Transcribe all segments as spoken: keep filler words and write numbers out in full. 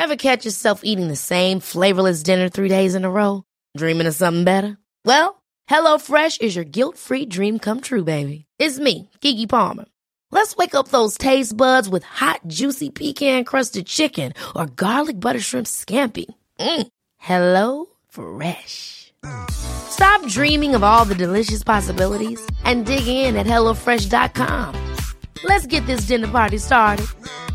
Ever catch yourself eating the same flavorless dinner three days in a row? Dreaming of something better? Well, HelloFresh is your guilt-free dream come true, baby. It's me, Keke Palmer. Let's wake up those taste buds with hot, juicy pecan-crusted chicken or garlic butter shrimp scampi. Mm. Hello Fresh. Stop dreaming of all the delicious possibilities and dig in at hello fresh dot com. Let's get this dinner party started.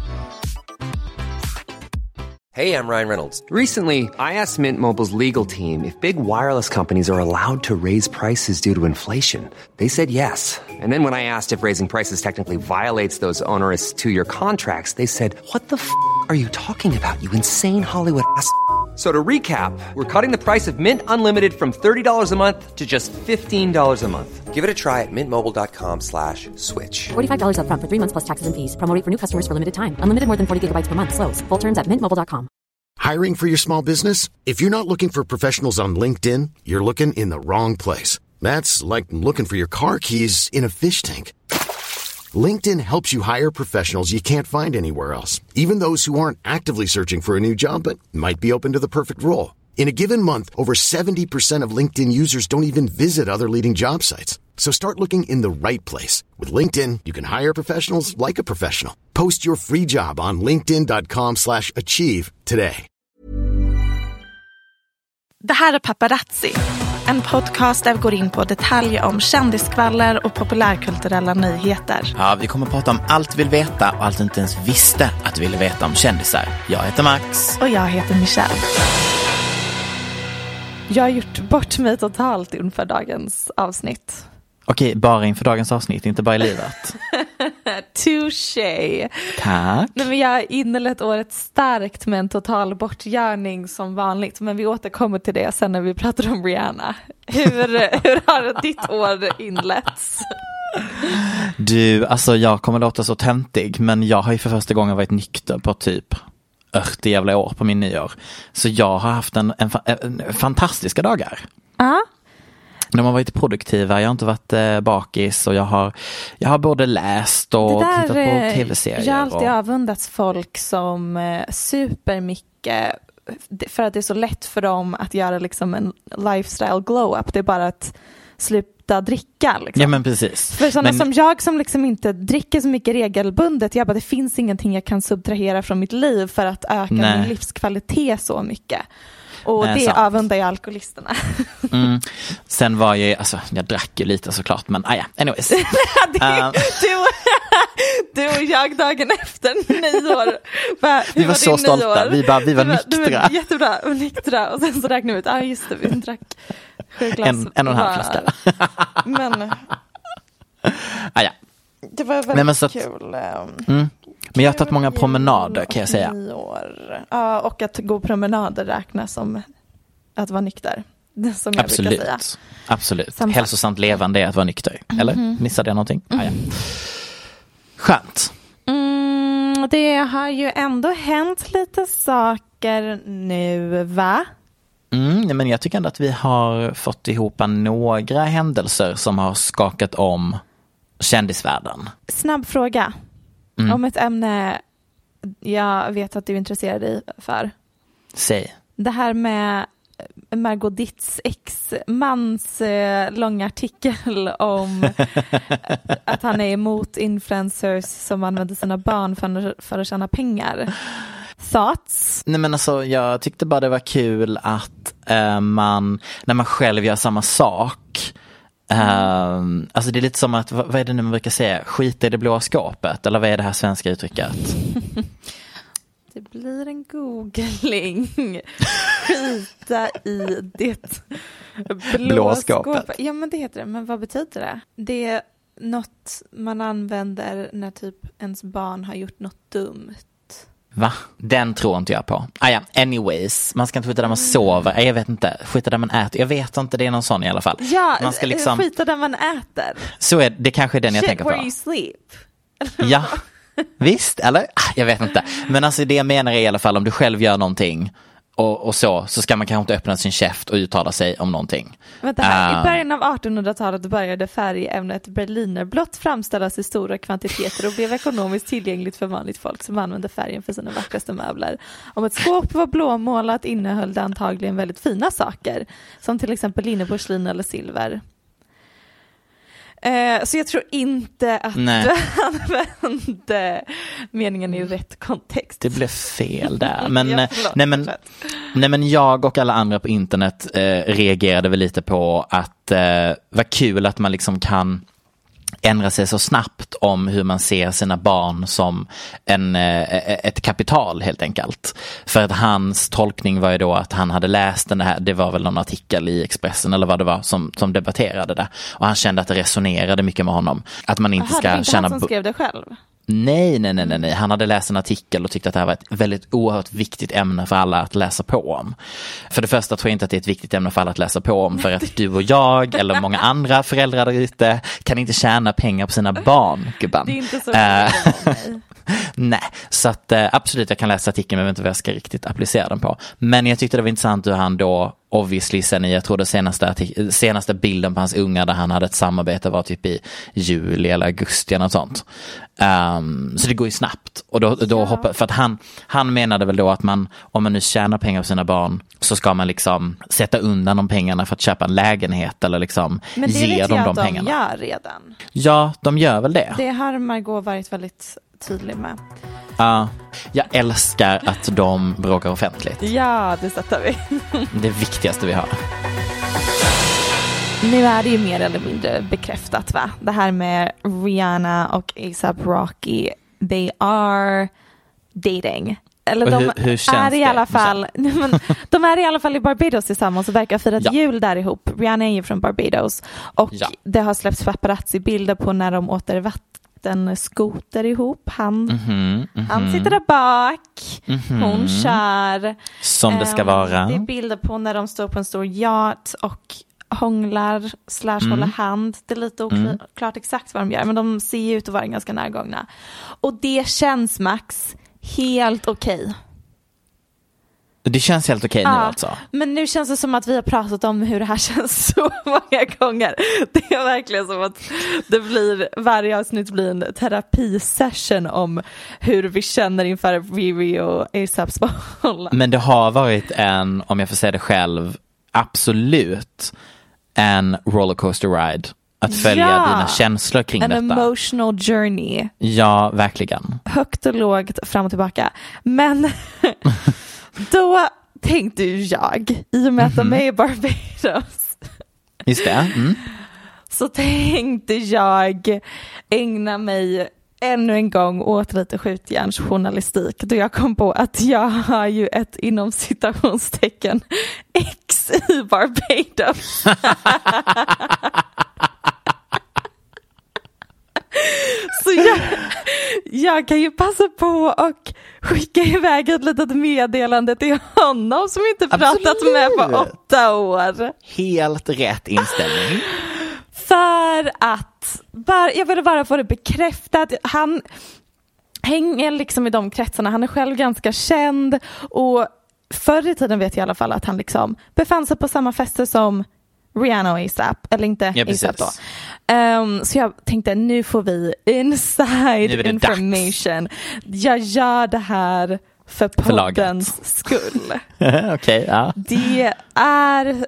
Hey, I'm Ryan Reynolds. Recently, I asked Mint Mobile's legal team if big wireless companies are allowed to raise prices due to inflation. They said yes. And then when I asked if raising prices technically violates those onerous two-year contracts, they said, what the f*** are you talking about, you insane Hollywood ass f- So to recap, we're cutting the price of Mint Unlimited from thirty dollars a month to just fifteen dollars a month. Give it a try at mintmobile.com slash switch. forty-five dollars up front for three months plus taxes and fees. Promo rate for new customers for limited time. Unlimited more than forty gigabytes per month. Slows full terms at mint mobile dot com. Hiring for your small business? If you're not looking for professionals on LinkedIn, you're looking in the wrong place. That's like looking for your car keys in a fish tank. LinkedIn helps you hire professionals you can't find anywhere else, even those who aren't actively searching for a new job but might be open to the perfect role. In a given month, over seventy percent of LinkedIn users don't even visit other leading job sites. So start looking in the right place. With LinkedIn, you can hire professionals like a professional. Post your free job on linkedin dot com slash achieve today. Det här är Paparazzi, en podcast där vi går in på detaljer om kändiskvaller och populärkulturella nyheter. Ja, vi kommer att prata om allt vi vill veta och allt du inte ens visste att du ville veta om kändisar. Jag heter Max. Och jag heter Michelle. Jag har gjort bort mig totalt inför dagens avsnitt. Okej, bara inför dagens avsnitt, inte bara i livet. Touché. Tack. Nej, men jag har inlett året starkt med en total bortgörning som vanligt. Men vi återkommer till det sen när vi pratar om Rihanna. Hur, hur har ditt år inletts? Du, alltså jag kommer låta så töntig, men jag har ju för första gången varit nykter på typ åttio jävla år på min nyår. Så jag har haft en, en, en fantastiska dagar. Ja. Uh-huh. De har varit produktiva, jag har inte varit eh, bakis och jag har, jag har både läst och där, tittat på tv-serier. Jag har alltid och... avundats folk som eh, super mycket, för att det är så lätt för dem att göra liksom en lifestyle glow-up. Det är bara att sluta dricka. Liksom. Ja, men precis. För sådana men... som jag som liksom inte dricker så mycket regelbundet, jag bara, det finns ingenting jag kan subtrahera från mitt liv för att öka Nej. min livskvalitet så mycket. Och Nej, det sant. avundar jag alkoholisterna. Mm. Sen var jag, alltså jag drack ju lite såklart, men ah, ja, anyways. det, uh. du, du och jag dagen efter nyår. Bara, vi var, var så stolta, nyår? vi, bara, vi var nyktra. Du var jättebra, och nyktra. Och sen så räknade vi ut, ja ah, just det, vi drack sju glas. En, en och en halv flaska. Men, ah, ja. Det var väldigt men, så att, kul. Mm. Men jag har tagit många promenader kan jag säga. Ja, och att gå promenader räknas som att vara nykter. Som jag Absolut. brukar säga. Absolut. Samma. Hälsosamt levande är att vara nykter. Eller? Mm-hmm. Missade jag någonting? Mm. Ah, ja. Skönt. Mm, det har ju ändå hänt lite saker nu, va? Mm, men jag tycker ändå att vi har fått ihop några händelser som har skakat om kändisvärlden. Snabb fråga. Mm. Om ett ämne jag vet att du är intresserad i för. Säg. Det här med Margot Ditts ex-mans eh, långa artikel om att han är emot influencers som använder sina barn för, för att tjäna pengar. Thoughts? Nej, men alltså, jag tyckte bara det var kul att eh, man, när man själv gör samma sak. Um, alltså det är lite som att, vad, vad är det nu man brukar säga? Skita i det blåa skåpet, eller vad är det här svenska uttrycket? Det blir en googling. Skita i det blåa, blåa skåpet. skåpet. Ja, men det heter det. Men vad betyder det? Det är något man använder när typ ens barn har gjort något dumt. Va? Den tror inte jag på. Ah, ja. Anyways, man ska inte skita där man sover. Jag vet inte. Skita där man äter. Jag vet inte, det är någon sån i alla fall. Ja, man ska liksom... skita där man äter. Så är det kanske är den jag Shit tänker på. Where you sleep. Ja, visst, eller? Jag vet inte. Men alltså det jag menar är i alla fall om du själv gör någonting och, och så, så ska man kanske inte öppna sin käft och uttala sig om någonting. Vänta här. Uh, I början av artonhundratalet började färgämnet berlinerblått framställas i stora kvantiteter och blev ekonomiskt tillgängligt för vanligt folk som använde färgen för sina vackraste möbler. Om ett skåp var blåmålat innehöll det antagligen väldigt fina saker, som till exempel linneporslin eller silver. Uh, så jag tror inte att Nej. du använde meningen i rätt kontext. Det blev fel där. Men, ja, nej, men, nej, men jag och alla andra på internet eh, reagerade väl lite på att eh, vad kul att man liksom kan ändra sig så snabbt om hur man ser sina barn som en, ett kapital helt enkelt. För att hans tolkning var ju då att han hade läst den här, det var väl någon artikel i Expressen eller vad det var som, som debatterade det. Och han kände att det resonerade mycket med honom. Att man inte Aha, ska det inte känna... han som skrev det själv? Nej, nej, nej, nej, nej. Han hade läst en artikel och tyckte att det här var ett väldigt oerhört viktigt ämne för alla att läsa på om. För det första tror jag inte att det är ett viktigt ämne för alla att läsa på om, för att du och jag eller många andra föräldrar där ute kan inte tjäna pengar på sina barn, gubban. Det är inte så uh, Nej, så att uh, absolut jag kan läsa artikeln, men jag vet inte vad jag ska riktigt applicera den på. Men jag tyckte det var intressant hur han då obviously sen i, jag tror det senaste, senaste bilden på hans unga där han hade ett samarbete var typ i juli eller augusti eller något sånt. Um, så det går ju snabbt. Och då, då ja. hoppar, för att han, han menade väl då att man, om man nu tjänar pengar på sina barn, så ska man liksom sätta undan de pengarna för att köpa en lägenhet eller liksom ge dem de pengarna. Men det vet jag att de gör redan. Ja, de gör väl det. Det har Margot varit väldigt tydlig med. Ja, uh, jag älskar att de bråkar offentligt. Ja, det sätter vi. Det viktigaste vi har. Nu är det ju mer eller mindre bekräftat, va? Det här med Rihanna och A$AP Rocky, they are dating. Eller de hur, hur känns är i det? alla fall men, de är i alla fall i Barbados tillsammans och verkar fira ja. jul där ihop. Rihanna är ju från Barbados och ja. det har släppts paparazzi-bilder på när de åter vatten skoter ihop. Han, mm-hmm, mm-hmm. han sitter där bak. Mm-hmm. Hon kör. Som det ska um, vara. Det är bilder på när de står på en stor yacht och hånglar slash mm. håller hand. Det är lite oklart mm. exakt vad de gör, men de ser ju ut att vara ganska närgångna. Och det känns, Max, helt okej. Okay. Det känns helt okej okay ja, nu alltså. Men nu känns det som att vi har pratat om hur det här känns så många gånger. Det är verkligen som att det blir, varje avsnitt blir en terapisession om hur vi känner inför Riri och A$APs förhållande. Men det har varit en, om jag får säga det själv, absolut en rollercoaster ride. Att följa ja, dina känslor kring en detta. En emotional journey. Ja, verkligen. Högt och lågt, fram och tillbaka. Men då tänkte jag, i och med att de är i Barbados. Just det. Mm. Så tänkte jag ägna mig ännu en gång åt lite skjutjärnsjournalistik, då jag kom på att jag har ju ett inom citationstecken ex i Barbados. Så jag, jag kan ju passa på och skicka iväg ett litet meddelande till honom som inte pratat Absolut. med på åtta år. Helt rätt inställning. För att bara, jag ville bara få det bekräftat. Han hänger liksom i de kretsarna. Han är själv ganska känd. Och förr i tiden vet jag i alla fall att han liksom befann sig på samma fester som Rihanna och A$AP. Eller inte ja, A$AP då. Um, så jag tänkte, nu får vi inside information. Dags. Jag gör det här för poddens skull. Okej, okay, ja. Det är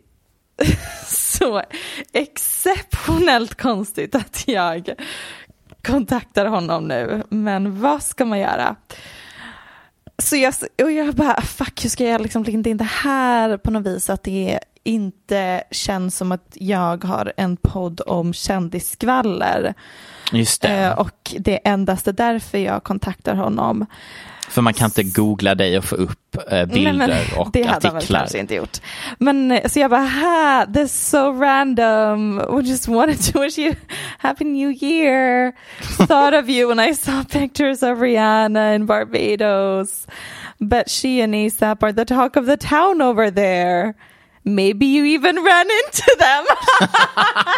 så exceptionellt konstigt att jag kontaktar honom nu. Men vad ska man göra? Så jag, och jag bara, fuck, hur ska jag liksom linda in det här på något vis att det inte känns som att jag har en podd om kändisskvaller. Just det. Eh, och det är endast därför jag kontaktar honom. För man kan inte googla dig och få upp eh, bilder Nej, men, och det hade artiklar. Han väl kanske inte gjort. Men så jag bara, ha, this is so random. We just wanted to wish you happy new year. Thought of you when I saw pictures of Rihanna in Barbados. But she and A$AP are the talk of the town over there. Maybe you even ran into them.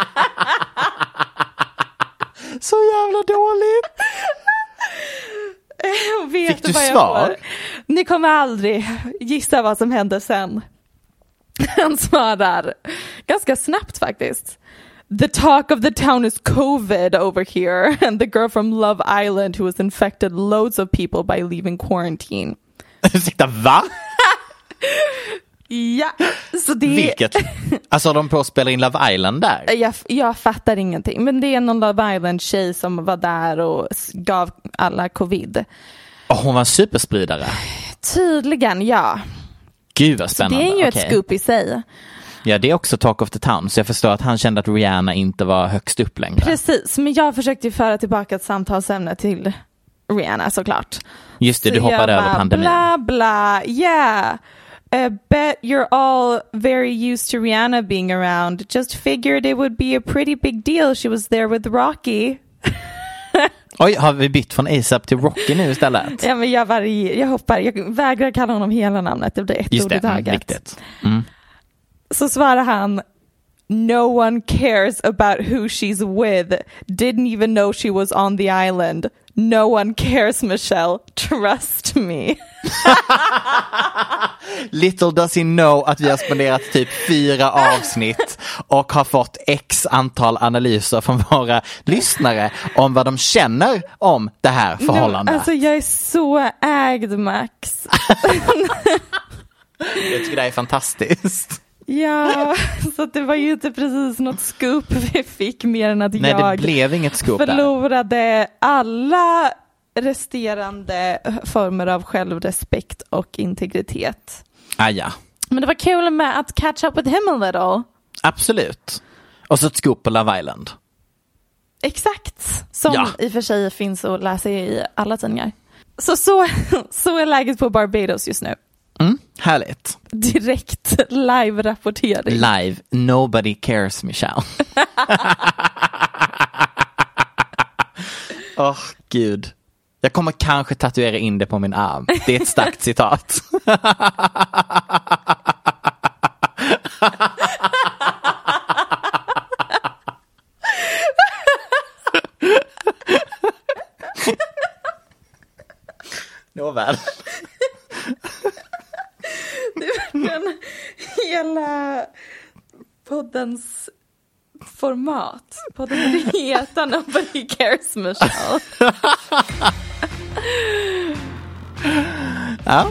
Så jävla dåligt. Vet Fick du vad jag svar? får? Ni kommer aldrig gissa vad som hände sen. Han svarar ganska snabbt faktiskt. The talk of the town is COVID over here, and the girl from Love Island who has infected loads of people by leaving quarantine. Ursäkta, va? Ja, så det... Vilket? Alltså de på att spela in Love Island där? Jag, jag fattar ingenting, men det är någon Love Island-tjej som var där och gav alla covid. Oh, hon var en superspridare. Tydligen, ja. Gud vad spännande. Så det är ju okay. ett scoop i sig. Ja, det är också Talk of the Town, så jag förstår att han kände att Rihanna inte var högst upp längre. Precis, men jag försökte ju föra tillbaka ett samtalsämne till Rihanna såklart. Just det, så du hoppade över pandemin. Bla bla, yeah. I bet you're all very used to Rihanna being around. Just figured it would be a pretty big deal. She was there with Rocky. Oj, har vi bytt från A$AP till Rocky nu istället? Ja, men jag, varje, jag hoppar. Jag vägrar kalla honom hela namnet. Det blir ett Just ord det, i taget. mm, riktigt. Mm. Så svarar han, no one cares about who she's with. Didn't even know she was on the island. No one cares, Michelle. Trust me. Little does he know att vi har spenderat typ fyra avsnitt och har fått x antal analyser från våra lyssnare om vad de känner om det här förhållandet. No, alltså jag är så ägd, Max. Jag tycker det är fantastiskt. Ja, så det var ju inte precis något scoop vi fick mer än att Nej, jag det blev inget scoop förlorade där. alla resterande former av självrespekt och integritet. Ah, ja. Men det var kul med att catch up with him a little. Absolut. Och så ett scoop på Love Island. Exakt. Som ja. i och för sig finns att läsa i alla tidningar. Så, så, så är läget på Barbados just nu. Mm, härligt. Direkt live-rapportering. Live. Nobody cares, Michelle. Åh, oh, gud. Jag kommer kanske tatuera in det på min arm. Det är ett starkt citat. Nåväl. Det är verkligen hela poddens format. Podden borde heta Nobody Cares, Michelle. Ja.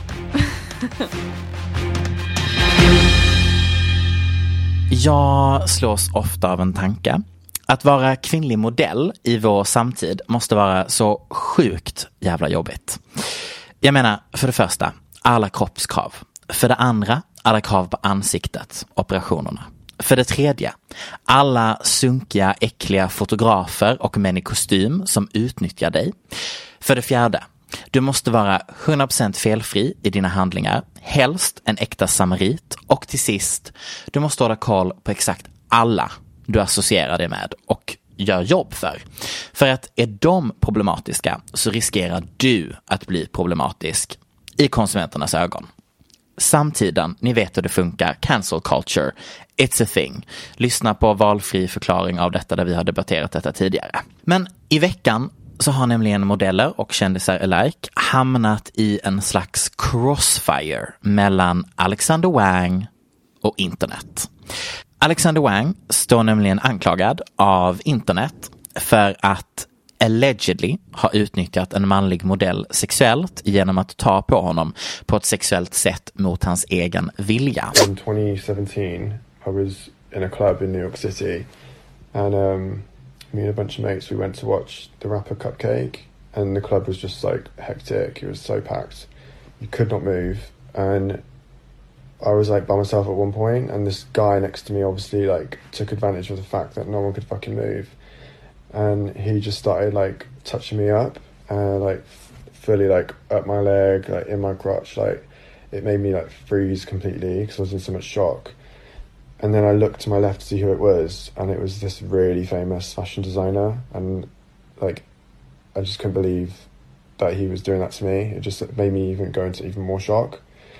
Jag slås ofta av en tanke. Att vara kvinnlig modell i vår samtid måste vara så sjukt jävla jobbigt. Jag menar, för det första, alla kroppskrav. För det andra, alla krav på ansiktet, operationerna. För det tredje, alla sunkiga, äckliga fotografer och män i kostym som utnyttjar dig. För det fjärde, du måste vara hundra procent felfri i dina handlingar, helst en äkta samarit. Och till sist, du måste hålla koll på exakt alla du associerar dig med och gör jobb för. För att är de problematiska så riskerar du att bli problematisk i konsumenternas ögon. Samtiden, ni vet hur det funkar, cancel culture, it's a thing. Lyssna på valfri förklaring av detta där vi har debatterat detta tidigare. Men i veckan så har nämligen modeller och kändisar alike hamnat i en slags crossfire mellan Alexander Wang och internet. Alexander Wang står nämligen anklagad av internet för att allegedly ha utnyttjat en manlig modell sexuellt genom att ta på honom på ett sexuellt sätt mot hans egen vilja. In twenty seventeen, I was in a club in New York City, and um, me and a bunch of mates, we went to watch the rapper Cupcake, and the club was just like hectic. It was so packed, you could not move, and I was like by myself at one point, and this guy next to me obviously like took advantage of the fact that no one could fucking move. And he just started like touching me up and like f- fully like up my leg, like in my crotch. Like it made me like freeze completely because I was in so much shock. And then I looked to my left to see who it was, and it was this really famous fashion designer. And like I just couldn't believe that he was doing that to me. It just made me even go into even more shock.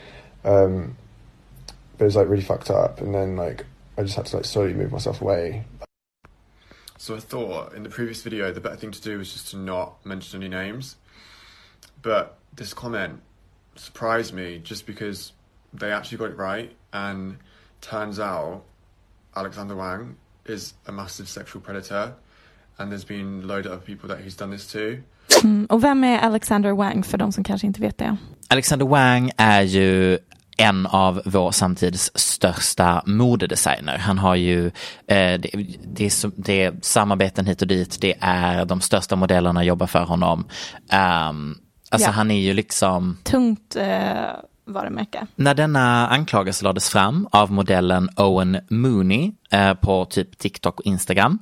Um, but it was like really fucked up. And then like I just had to like slowly move myself away. So I thought in the previous video the better thing to do was just to not mention any names. but this comment surprised me just because they actually got it right, and turns out Alexander Wang is a massive sexual predator, and there's been loads of other people that he's done this to. Mm, och vem är Alexander Wang för de som kanske inte vet det? Alexander Wang är ju en av vår samtids största modedesigner. Han har ju eh, det, det, är, det är samarbeten hit och dit. Det är de största modellerna jobbar för honom. Um, alltså ja. Han är ju liksom tungt eh, varumärke. När denna anklagelse lades fram av modellen Owen Mooney eh, på typ TikTok och Instagram,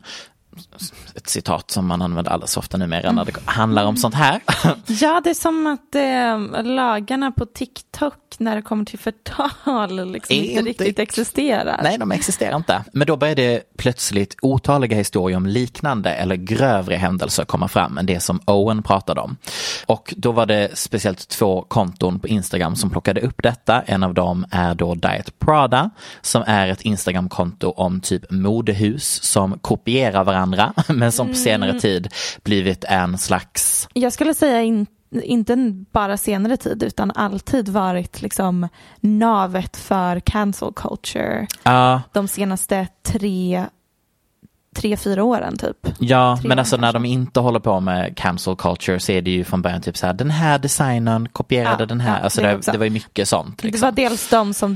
ett citat som man använder alldeles ofta numera mm. när det handlar om sånt här. Ja, det är som att eh, lagarna på TikTok när det kommer till förtal liksom inte, inte riktigt existerar. Nej, de existerar inte. Men då började det plötsligt otaliga historier om liknande eller grövre händelser komma fram än det som Owen pratade om. Och då var det speciellt två konton på Instagram som plockade upp detta. En av dem är då Diet Prada, som är ett Instagram-konto om typ modehus som kopierar varandra men som på senare tid blivit en slags... Jag skulle säga inte inte bara senare tid utan alltid varit liksom navet för cancel culture uh, de senaste tre, tre, fyra åren typ. Ja, tre men alltså när kanske. de inte håller på med cancel culture så är det ju från början typ så här, den här designern kopierade ja, den här. Ja, alltså det, det, det var ju mycket sånt. Liksom. Det var dels de som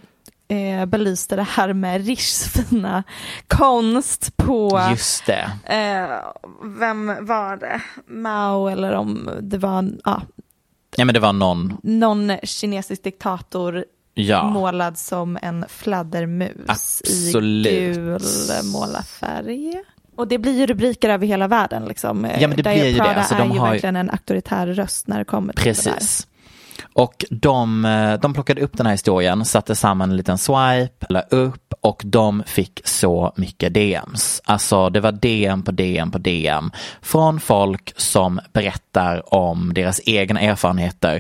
eh, belyste det här med Riches fina konst på... Just det. Eh, vem var det? Mao eller om det var... Ja, ja men det var någon... Någon kinesisk diktator ja. målad som en fladdermus. Absolut. I gul målarfärg. Och det blir ju rubriker över hela världen. Liksom. Ja, men det Diet blir ju Prada det. Alltså, är de ju har... verkligen en auktoritär röst när det kommer till Precis. det där. Och de, de plockade upp den här historien, satte samman en liten swipe, la upp och de fick så mycket D Ms. Alltså det var D M på D M på D M från folk som berättar om deras egna erfarenheter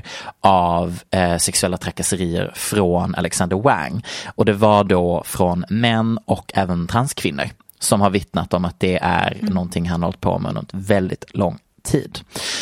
av eh, sexuella trakasserier från Alexander Wang. Och det var då från män och även transkvinnor som har vittnat om att det är mm. någonting han har hållit på med under en väldigt lång tid.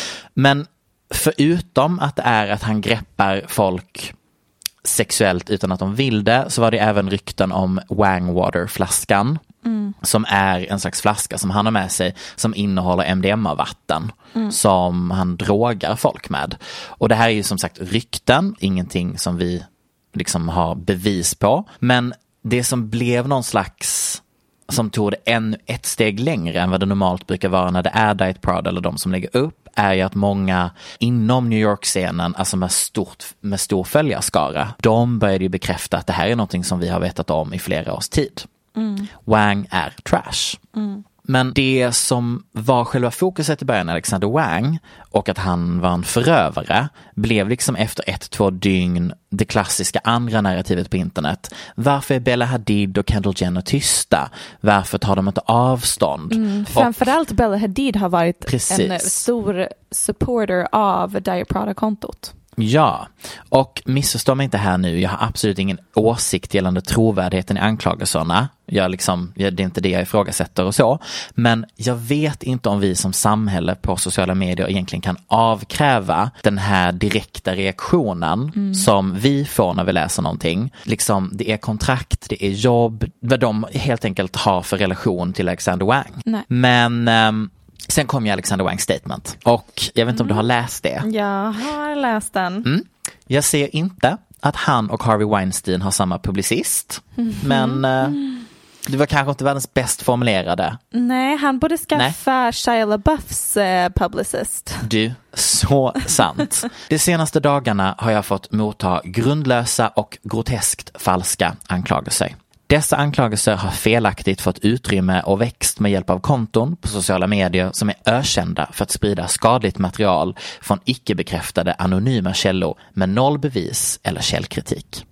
Men förutom att det är att han greppar folk sexuellt utan att de vill det, så var det även rykten om Wangwater-flaskan mm. som är en slags flaska som han har med sig som innehåller M D M A-vatten mm. som han drogar folk med. Och det här är ju som sagt rykten, ingenting som vi liksom har bevis på, men det som blev någon slags som tog det ännu ett steg längre än vad det normalt brukar vara när det är Diet Prada eller de som lägger upp, är ju att många inom New York-scenen, alltså med, stort, med stor följarskara, de började ju bekräfta att det här är någonting som vi har vetat om i flera års tid. Mm. Wang är trash. Mm. Men det som var själva fokuset i början, Alexander Wang, och att han var en förövare, blev liksom efter ett, två dygn det klassiska andra narrativet på internet. Varför är Bella Hadid och Kendall Jenner tysta? Varför tar de inte avstånd? Mm, framförallt och, Bella Hadid har varit precis. En stor supporter av Diet Prada-kontot. Ja, och missförstå mig inte här nu. Jag har absolut ingen åsikt gällande trovärdigheten i anklagelserna. Jag liksom, det är inte det jag ifrågasätter och så. Men jag vet inte om vi som samhälle på sociala medier egentligen kan avkräva den här direkta reaktionen mm. som vi får när vi läser någonting. Liksom, det är kontrakt, det är jobb, vad de helt enkelt har för relation till Alexander Wang. Nej. Men... Um, Sen kom ju Alexander Wangs statement. Och jag vet inte mm. om du har läst det. Jag har läst den. Mm. Jag ser inte att han och Harvey Weinstein har samma publicist. Mm. Men eh, det var kanske inte världens bäst formulerade. Nej, han borde skaffa Nej. Shia LaBeoufs eh, publicist. Du, så sant. De senaste dagarna har jag fått motta grundlösa och groteskt falska anklagelser. Dessa anklagelser har felaktigt fått utrymme och växt med hjälp av konton på sociala medier som är ökända för att sprida skadligt material från icke-bekräftade anonyma källor med noll bevis eller källkritik.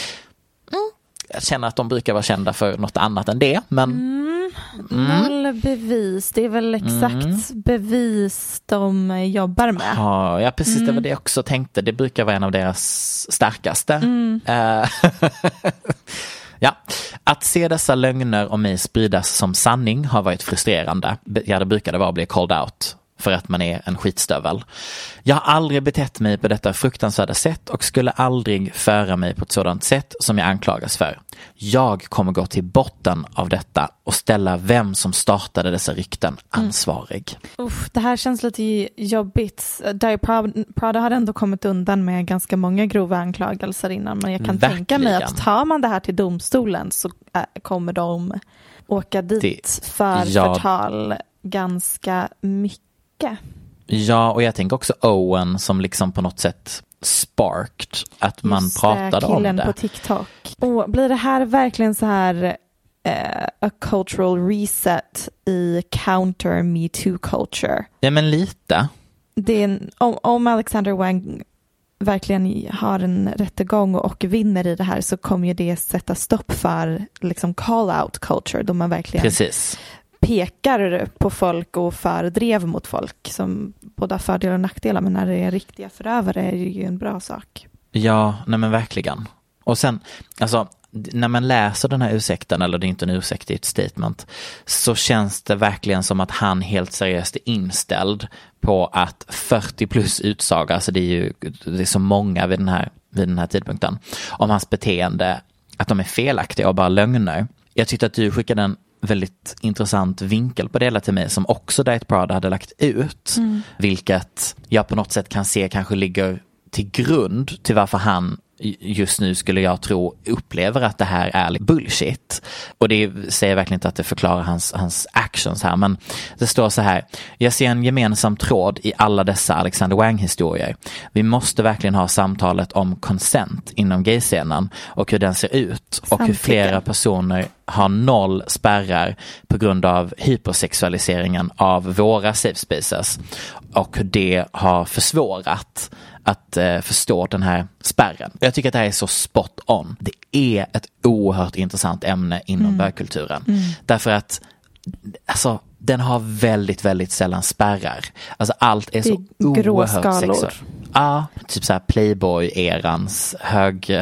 Mm. Jag känner att de brukar vara kända för något annat än det, men... Mm. Noll bevis, det är väl exakt mm. bevis de jobbar med. Ja, ja precis, mm. det var det jag också tänkte. Det brukar vara en av deras starkaste. Mm. Ja, att se dessa lögner om mig spridas som sanning har varit frustrerande. Ja, det brukade vara att bli called out för att man är en skitstövel. Jag har aldrig betett mig på detta fruktansvärda sätt och skulle aldrig föra mig på ett sådant sätt som jag anklagas för. Jag kommer gå till botten av detta och ställa vem som startade dessa rykten ansvarig. Mm. Uff, det här känns lite jobbigt. Diet Prada har ändå kommit undan med ganska många grova anklagelser innan, men jag kan Verkligen. tänka mig att tar man det här till domstolen så äh, kommer de åka dit det, för ja, förtal ganska mycket. Ja, och jag tänker också Owen som liksom på något sätt sparked att man Just pratade om det. På TikTok. Och blir det här verkligen så här uh, a cultural reset i counter Me Too culture? Ja, men lite. Det är en, om, om Alexander Wang verkligen har en rättegång och vinner i det här så kommer ju det sätta stopp för liksom call-out culture då man verkligen Precis. pekar på folk och fördrev mot folk som både har fördelar och nackdelar, men när det är riktiga förövare är det ju en bra sak. Ja, nej men verkligen. Och sen, alltså när man läser den här ursäkten, eller det är inte en ursäkt, det är ett statement, så känns det verkligen som att han helt seriöst är inställd på att fyrtio plus utsaga, alltså det är ju det är så många vid den här, vid den här tidpunkten, om hans beteende, att de är felaktiga och bara lögner. Jag tyckte att du skickade en väldigt intressant vinkel på det hela till mig som också Diet Prada hade lagt ut, mm. vilket jag på något sätt kan se kanske ligger till grund till varför han just nu, skulle jag tro, upplever att det här är bullshit. Och det säger verkligen inte att det förklarar hans, hans actions här, men det står så här: jag ser en gemensam tråd i alla dessa Alexander Wang-historier. Vi måste verkligen ha samtalet om consent inom gayscenen och hur den ser ut och Samtidigt. hur flera personer har noll spärrar på grund av hypersexualiseringen av våra safe spaces och hur det har försvårat att eh, förstå den här spärren. Jag tycker att det här är så spot on. Det är ett oerhört intressant ämne inom mm. bögkulturen. Mm. Därför att alltså, den har väldigt, väldigt sällan spärrar. Alltså allt är så är oerhört sexuellt. Ja, typ så här Playboy-erans hög,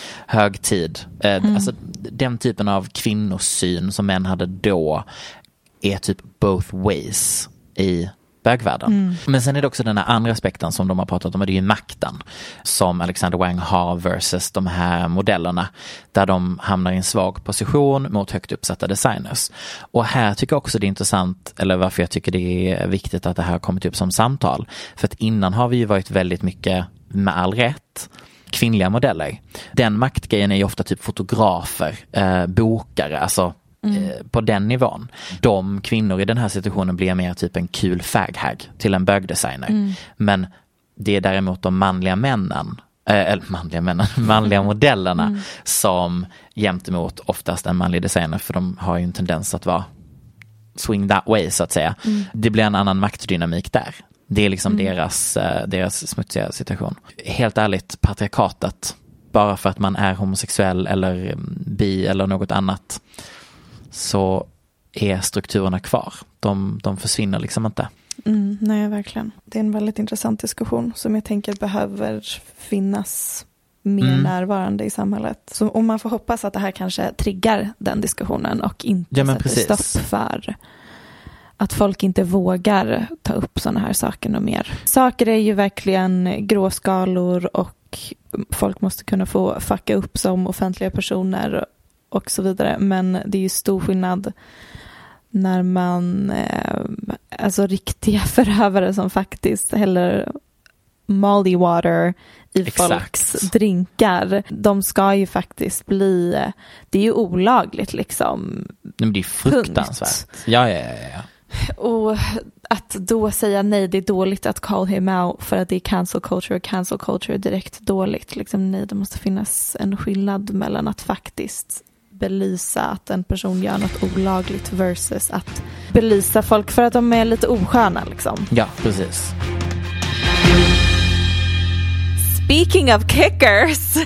högtid. Eh, mm. Alltså den typen av kvinnosyn som män hade då är typ both ways i bögvärlden. Mm. Men sen är det också den här andra aspekten som de har pratat om, och det är ju makten som Alexander Wang har versus de här modellerna där de hamnar i en svag position mot högt uppsatta designers. Och här tycker jag också det är intressant, eller varför jag tycker det är viktigt att det här har kommit upp som samtal. För att innan har vi ju varit väldigt mycket, med all rätt, kvinnliga modeller. Den maktgrejen är ju ofta typ fotografer, eh, bokare, alltså Mm. på den nivån. De kvinnor i den här situationen blir mer typ en kul faghag till en bögdesigner. Mm. Men det är däremot de manliga männen äh, eller manliga männen, manliga modellerna mm. som jämt emot oftast en manlig designer, för de har ju en tendens att vara swing that way så att säga. Mm. Det blir en annan maktdynamik där. Det är liksom mm. deras, deras smutsiga situation. Helt ärligt, patriarkatet, bara för att man är homosexuell eller bi eller något annat, så är strukturerna kvar. De, de försvinner liksom inte. Mm, nej, verkligen. Det är en väldigt intressant diskussion som jag tänker behöver finnas mer mm. närvarande i samhället. Så om man får hoppas att det här kanske triggar den diskussionen och inte ja, sätter precis. stopp för att folk inte vågar ta upp sådana här saker och mer. Saker är ju verkligen gråskalor och folk måste kunna få fucka upp som offentliga personer och så vidare, men det är ju stor skillnad när man eh, alltså riktiga förövare som faktiskt häller molly water i Exakt. folks drinkar, de ska ju faktiskt bli, det är ju olagligt liksom. Men det är fruktansvärt. Ja, ja, ja, ja. Och att då säga nej, det är dåligt att call him out för att det är cancel culture, och cancel culture är direkt dåligt. Liksom, nej, det måste finnas en skillnad mellan att faktiskt belysa att en person gör något olagligt versus att belysa folk för att de är lite osköna liksom. Ja, precis. Speaking of kickers,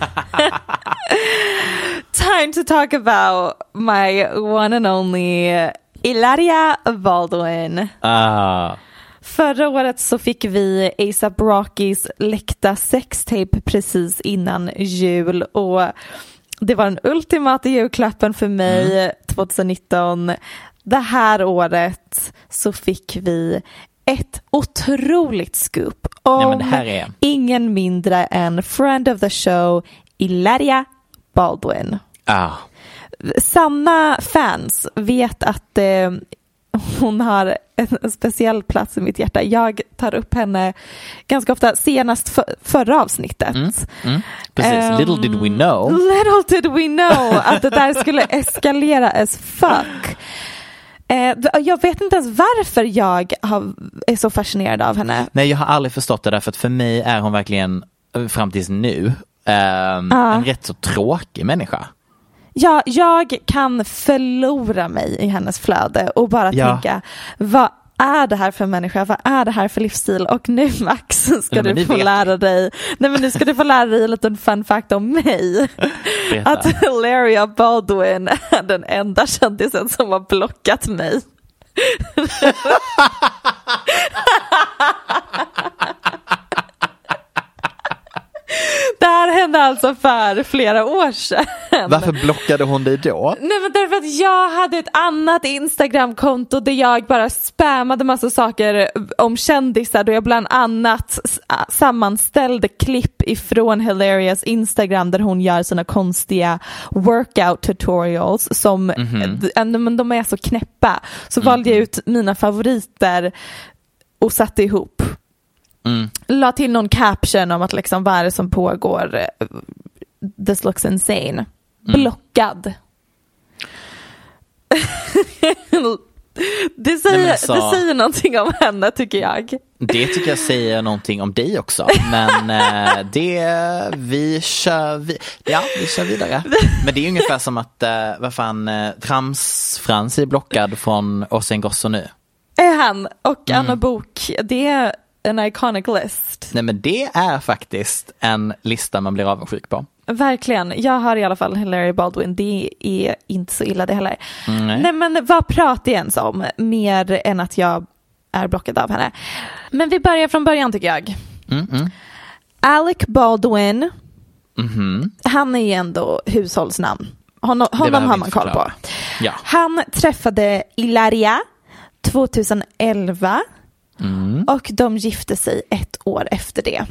time to talk about my one and only Hilaria Baldwin. Ah. Förra året så fick vi A$AP Rockys läckta sextape precis innan jul, och det var den ultimata julklappen för mig mm. tjugonitton. Det här året så fick vi ett otroligt scoop om Nej, men det här är... ingen mindre än friend of the show Hilaria Baldwin. Ah. Sanna fans vet att eh, hon har en speciell plats i mitt hjärta. Jag tar upp henne ganska ofta, senast för, förra avsnittet. Mm, mm, precis, um, little did we know. Little did we know att det där skulle eskalera as fuck. Eh, jag vet inte ens varför jag har, är så fascinerad av henne. Nej, jag har aldrig förstått det där, för att för mig är hon verkligen, fram tills nu, eh, uh. en rätt så tråkig människa. Ja, jag kan förlora mig i hennes flöde och bara ja. tänka, vad är det här för människa? Vad är det här för livsstil? Och nu, Max, ska ja, du få vet. lära dig. Nej, men nu ska du få lära dig en liten fun fact om mig. Berätta. Att Hilaria Baldwin är den enda kändisen som har blockat mig. Det här hände alltså för flera år sedan. Varför blockade hon dig då? Nej, men därför att jag hade ett annat Instagram-konto där jag bara spammade massa saker om kändisar, då jag bland annat sammanställde klipp ifrån Hilarias Instagram där hon gör sina konstiga workout tutorials som mm-hmm. de är så knäppa. Så mm-hmm. valde jag ut mina favoriter och satte ihop. Mm. La till någon caption om att liksom, vad är det som pågår, this looks insane. Mm. Blockad. det, säger, Nej, så, det säger någonting om henne, tycker jag. Det tycker jag säger någonting om dig också. Men eh, det vi kör vi, ja, vi kör vidare. Men det är ungefär som att eh, vad fan, eh, Trams-Frans är blockad från Åsen Gosso nu. Är han? Och mm. Anna Bok, det är en iconic list. Nej, men det är faktiskt en lista man blir avundsjuk på. Verkligen. Jag har i alla fall Hilaria Baldwin. Det är inte så illa det heller. Mm, nej. nej, men vad pratar jag ens om? Mer än att jag är blockad av henne. Men vi börjar från början, tycker jag. Mm, mm. Alec Baldwin. Mm-hmm. Han är ju ändå hushållsnamn. Honom, honom har man koll på. Ja. Han träffade Hilaria tjugoelva. Mm. Och de gifte sig ett år efter det.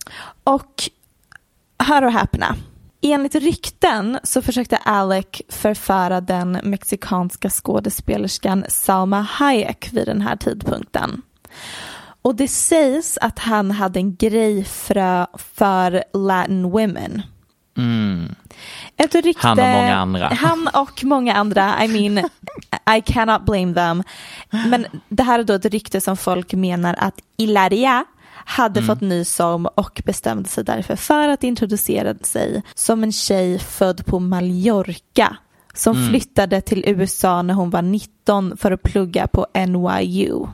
Och hör och häpna. Enligt rykten så försökte Alec förföra den mexikanska skådespelerskan Salma Hayek vid den här tidpunkten. Och det sägs att han hade en grej för, för Latin women. Mm. Ett rykte, han och många andra. Han och många andra. I mean, I cannot blame them. Men det här är då ett rykte som folk menar att Hilaria hade mm. fått nys om och bestämde sig därför för att introducera sig som en tjej född på Mallorca som mm. flyttade till U S A när hon var nitton för att plugga på N Y U.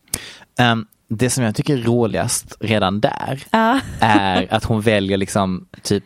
Um, det som jag tycker är roligast redan där uh. är att hon väljer liksom typ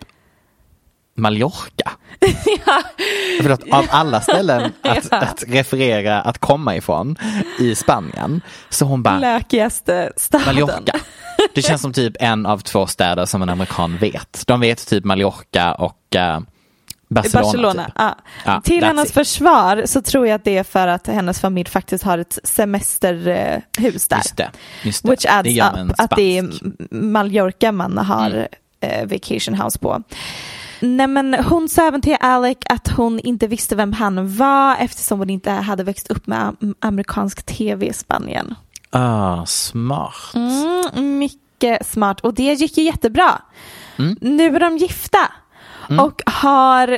Mallorca. ja. För att av alla ställen att, ja. att referera, att komma ifrån i Spanien, så hon bara lökigaste staden. Mallorca. Det känns som typ en av två städer som en amerikan vet. De vet typ Mallorca och uh, Barcelona. Barcelona. Typ. Ah. Ja, till hennes it. försvar så tror jag att det är för att hennes familj faktiskt har ett semesterhus där. Just det. Just det. Which adds det up att det är Mallorca man har mm. eh, vacation house på. Nej, men hon sa även till Alec att hon inte visste vem han var eftersom hon inte hade växt upp med amerikansk tv i Spanien. Ah, smart. Mm, mycket smart. Och det gick ju jättebra. Mm. Nu är de gifta. Mm. Och har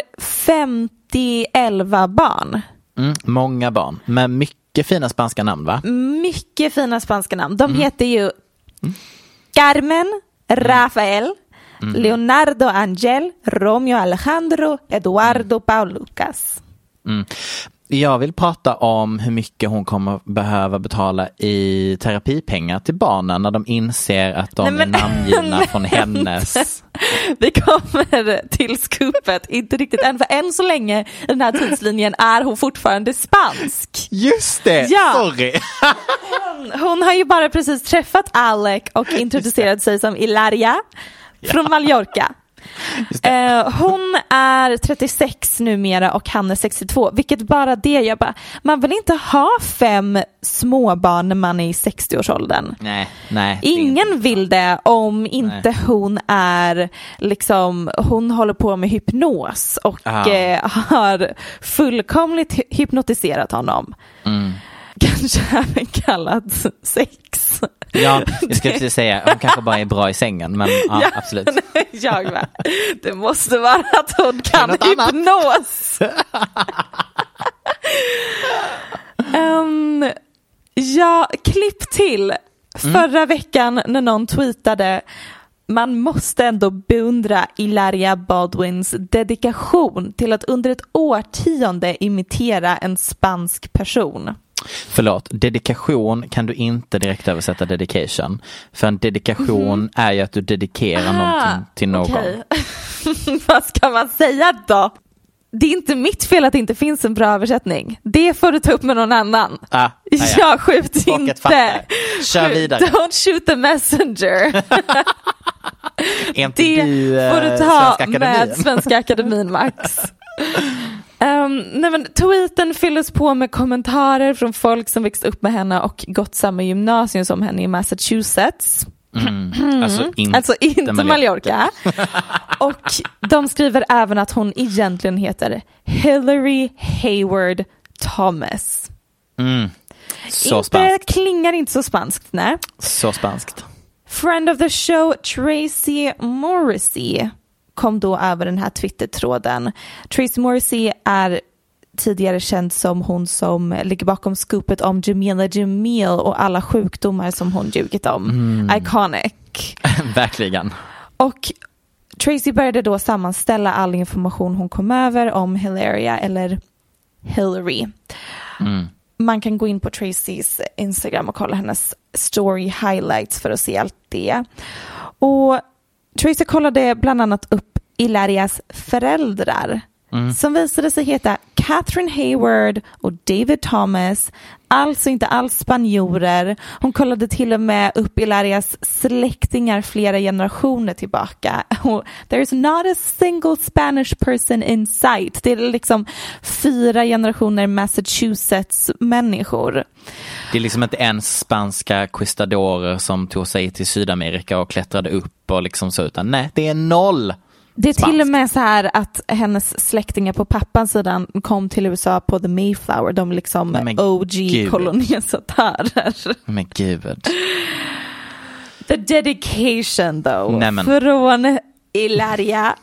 femtioelva barn. Mm, många barn. Med mycket fina spanska namn, va? Mycket fina spanska namn. De mm. heter ju mm. Carmen, Rafael, mm. Leonardo Angel, Romeo Alejandro, Eduardo mm. Paul Lucas. Mm. Jag vill prata om hur mycket hon kommer behöva betala i terapipengar till barnen när de inser att de Nej, men, är namngivna men, från hennes. Vi kommer till skupet, inte riktigt än, för än så länge i den här tidslinjen är hon fortfarande spansk. Just det, ja. sorry. hon, hon har ju bara precis träffat Alec och introducerat sig som Hilaria från Mallorca. Eh, hon är trettiosex numera och han är sextiotvå, vilket bara det, jag bara, man vill inte ha fem småbarn när man är i sextioårsåldern. Nej, nej. Ingen vill det om inte nej. hon är liksom, hon håller på med hypnos och eh, har fullkomligt hypnotiserat honom. Mm. Kanske även kallat sex. Ja, jag skulle precis säga, hon kanske bara är bra i sängen, men ja, ja absolut. Nej, jag med. Det måste vara att hon kan hypnos. um, ja, klipp till förra mm. veckan när någon tweetade: man måste ändå beundra Hilaria Baldwins dedikation till att under ett årtionde imitera en spansk person. Förlåt, dedikation kan du inte direkt översätta dedication. För en dedikation mm. är ju att du dedikerar ah, någonting till någon. Okay. Vad ska man säga då? Det är inte mitt fel att det inte finns en bra översättning. Det får du ta upp med någon annan. Ah, ah, ja. Jag skjut inte. Kör vidare. Don't shoot the messenger. inte det du, får du ta Svenska med Svenska Akademin, Max. Um, nej men, tweeten fylldes på med kommentarer från folk som växt upp med henne och gått samma gymnasium som henne i Massachusetts. Mm. Alltså inte, alltså inte Mallorca. Och de skriver även att hon egentligen heter Hillary Hayward Thomas. Mm. Så inte, spanskt. Klingar inte så spanskt, nej. Så spanskt. Friend of the show Tracy Morrissey kom då över den här Twitter-tråden. Tracy Morrissey är tidigare känd som hon som ligger bakom scoopet om Jamila Jamil och alla sjukdomar som hon ljugit om. Mm. Iconic. Verkligen. Och Tracy började då sammanställa all information hon kom över om Hilaria eller Hillary. Mm. Man kan gå in på Tracys Instagram och kolla hennes story highlights för att se allt det. Och Tracy kollade bland annat upp Hilarias föräldrar mm. som visade sig heta Catherine Hayward och David Thomas, alltså inte alls spanjorer. Hon kollade till och med upp Hilarias släktingar flera generationer tillbaka. Och there is not a single Spanish person in sight. Det är liksom fyra generationer Massachusetts människor. Det är liksom inte ens spanska conquistadorer som tog sig till Sydamerika och klättrade upp och liksom så, utan nej, det är noll. Det är till och med så här att hennes släktingar på pappans sidan kom till U S A på The Mayflower. De liksom O G-kolonisatörer. Men gud. The dedication though. Nämen. Från Hilaria.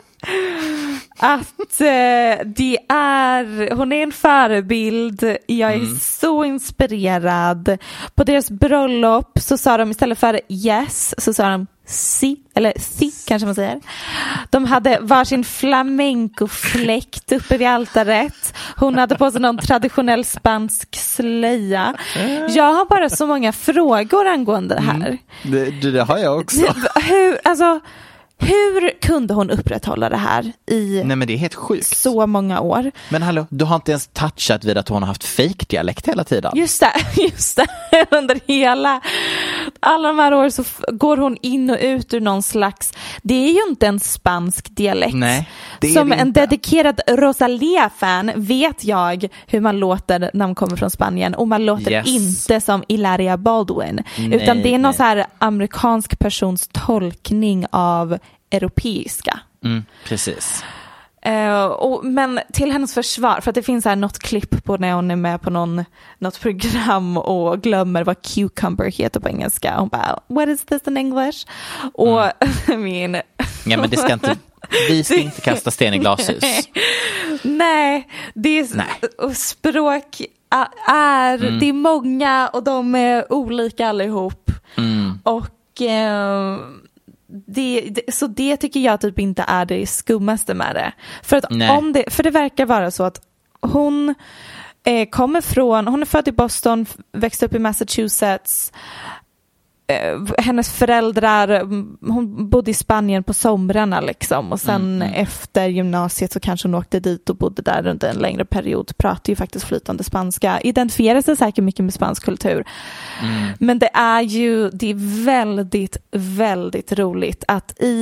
Att eh, det är, hon är en förebild. Jag är mm. så inspirerad. På deras bröllop så sa de istället för yes så sa de si, eller si kanske man säger. De hade varsin flamenco-fläkt uppe vid altaret. Hon hade på sig någon traditionell spansk slöja. Jag har bara så många frågor angående det här. Mm. Det, det, det har jag också. Hur, alltså hur kunde hon upprätthålla det här i Nej, men det är helt sjukt. Så många år? Men hallå, du har inte ens touchat vid att hon har haft fake-dialekt hela tiden. Just det, just det. Under hela alla de här år så f- går hon in och ut ur någon slags, det är ju inte en spansk dialekt. Nej, det är som det en inte. dedikerad Rosalía-fan vet jag hur man låter när man kommer från Spanien, och man låter yes. inte som Hilaria Baldwin. Nej, utan det är någon nej. så här amerikansk persons tolkning av europeiska. Mm, precis. Uh, och, men till hennes försvar, för att det finns här något klipp på när hon är med på någon, något program och glömmer vad cucumber heter på engelska. Hon bara, what is this in English? Och mm. min... Ja, men det ska inte... Vi ska inte kasta sten i glashus. Nej, det är... Nej. Och språk är... Mm. Det är många och de är olika allihop. Mm. Och... Uh, Det, det, så det tycker jag typ inte är det skummaste med det. För att om det, för det verkar vara så att hon eh, kommer från, hon är född i Boston, växte upp i Massachusetts. Eh, hennes föräldrar, hon bodde i Spanien på somrarna liksom, och sen mm. efter gymnasiet så kanske hon åkte dit och bodde där under en längre period. Pratar ju faktiskt flytande spanska, identifierar sig säkert mycket med spansk kultur. Mm. Men det är ju, det är väldigt väldigt roligt att i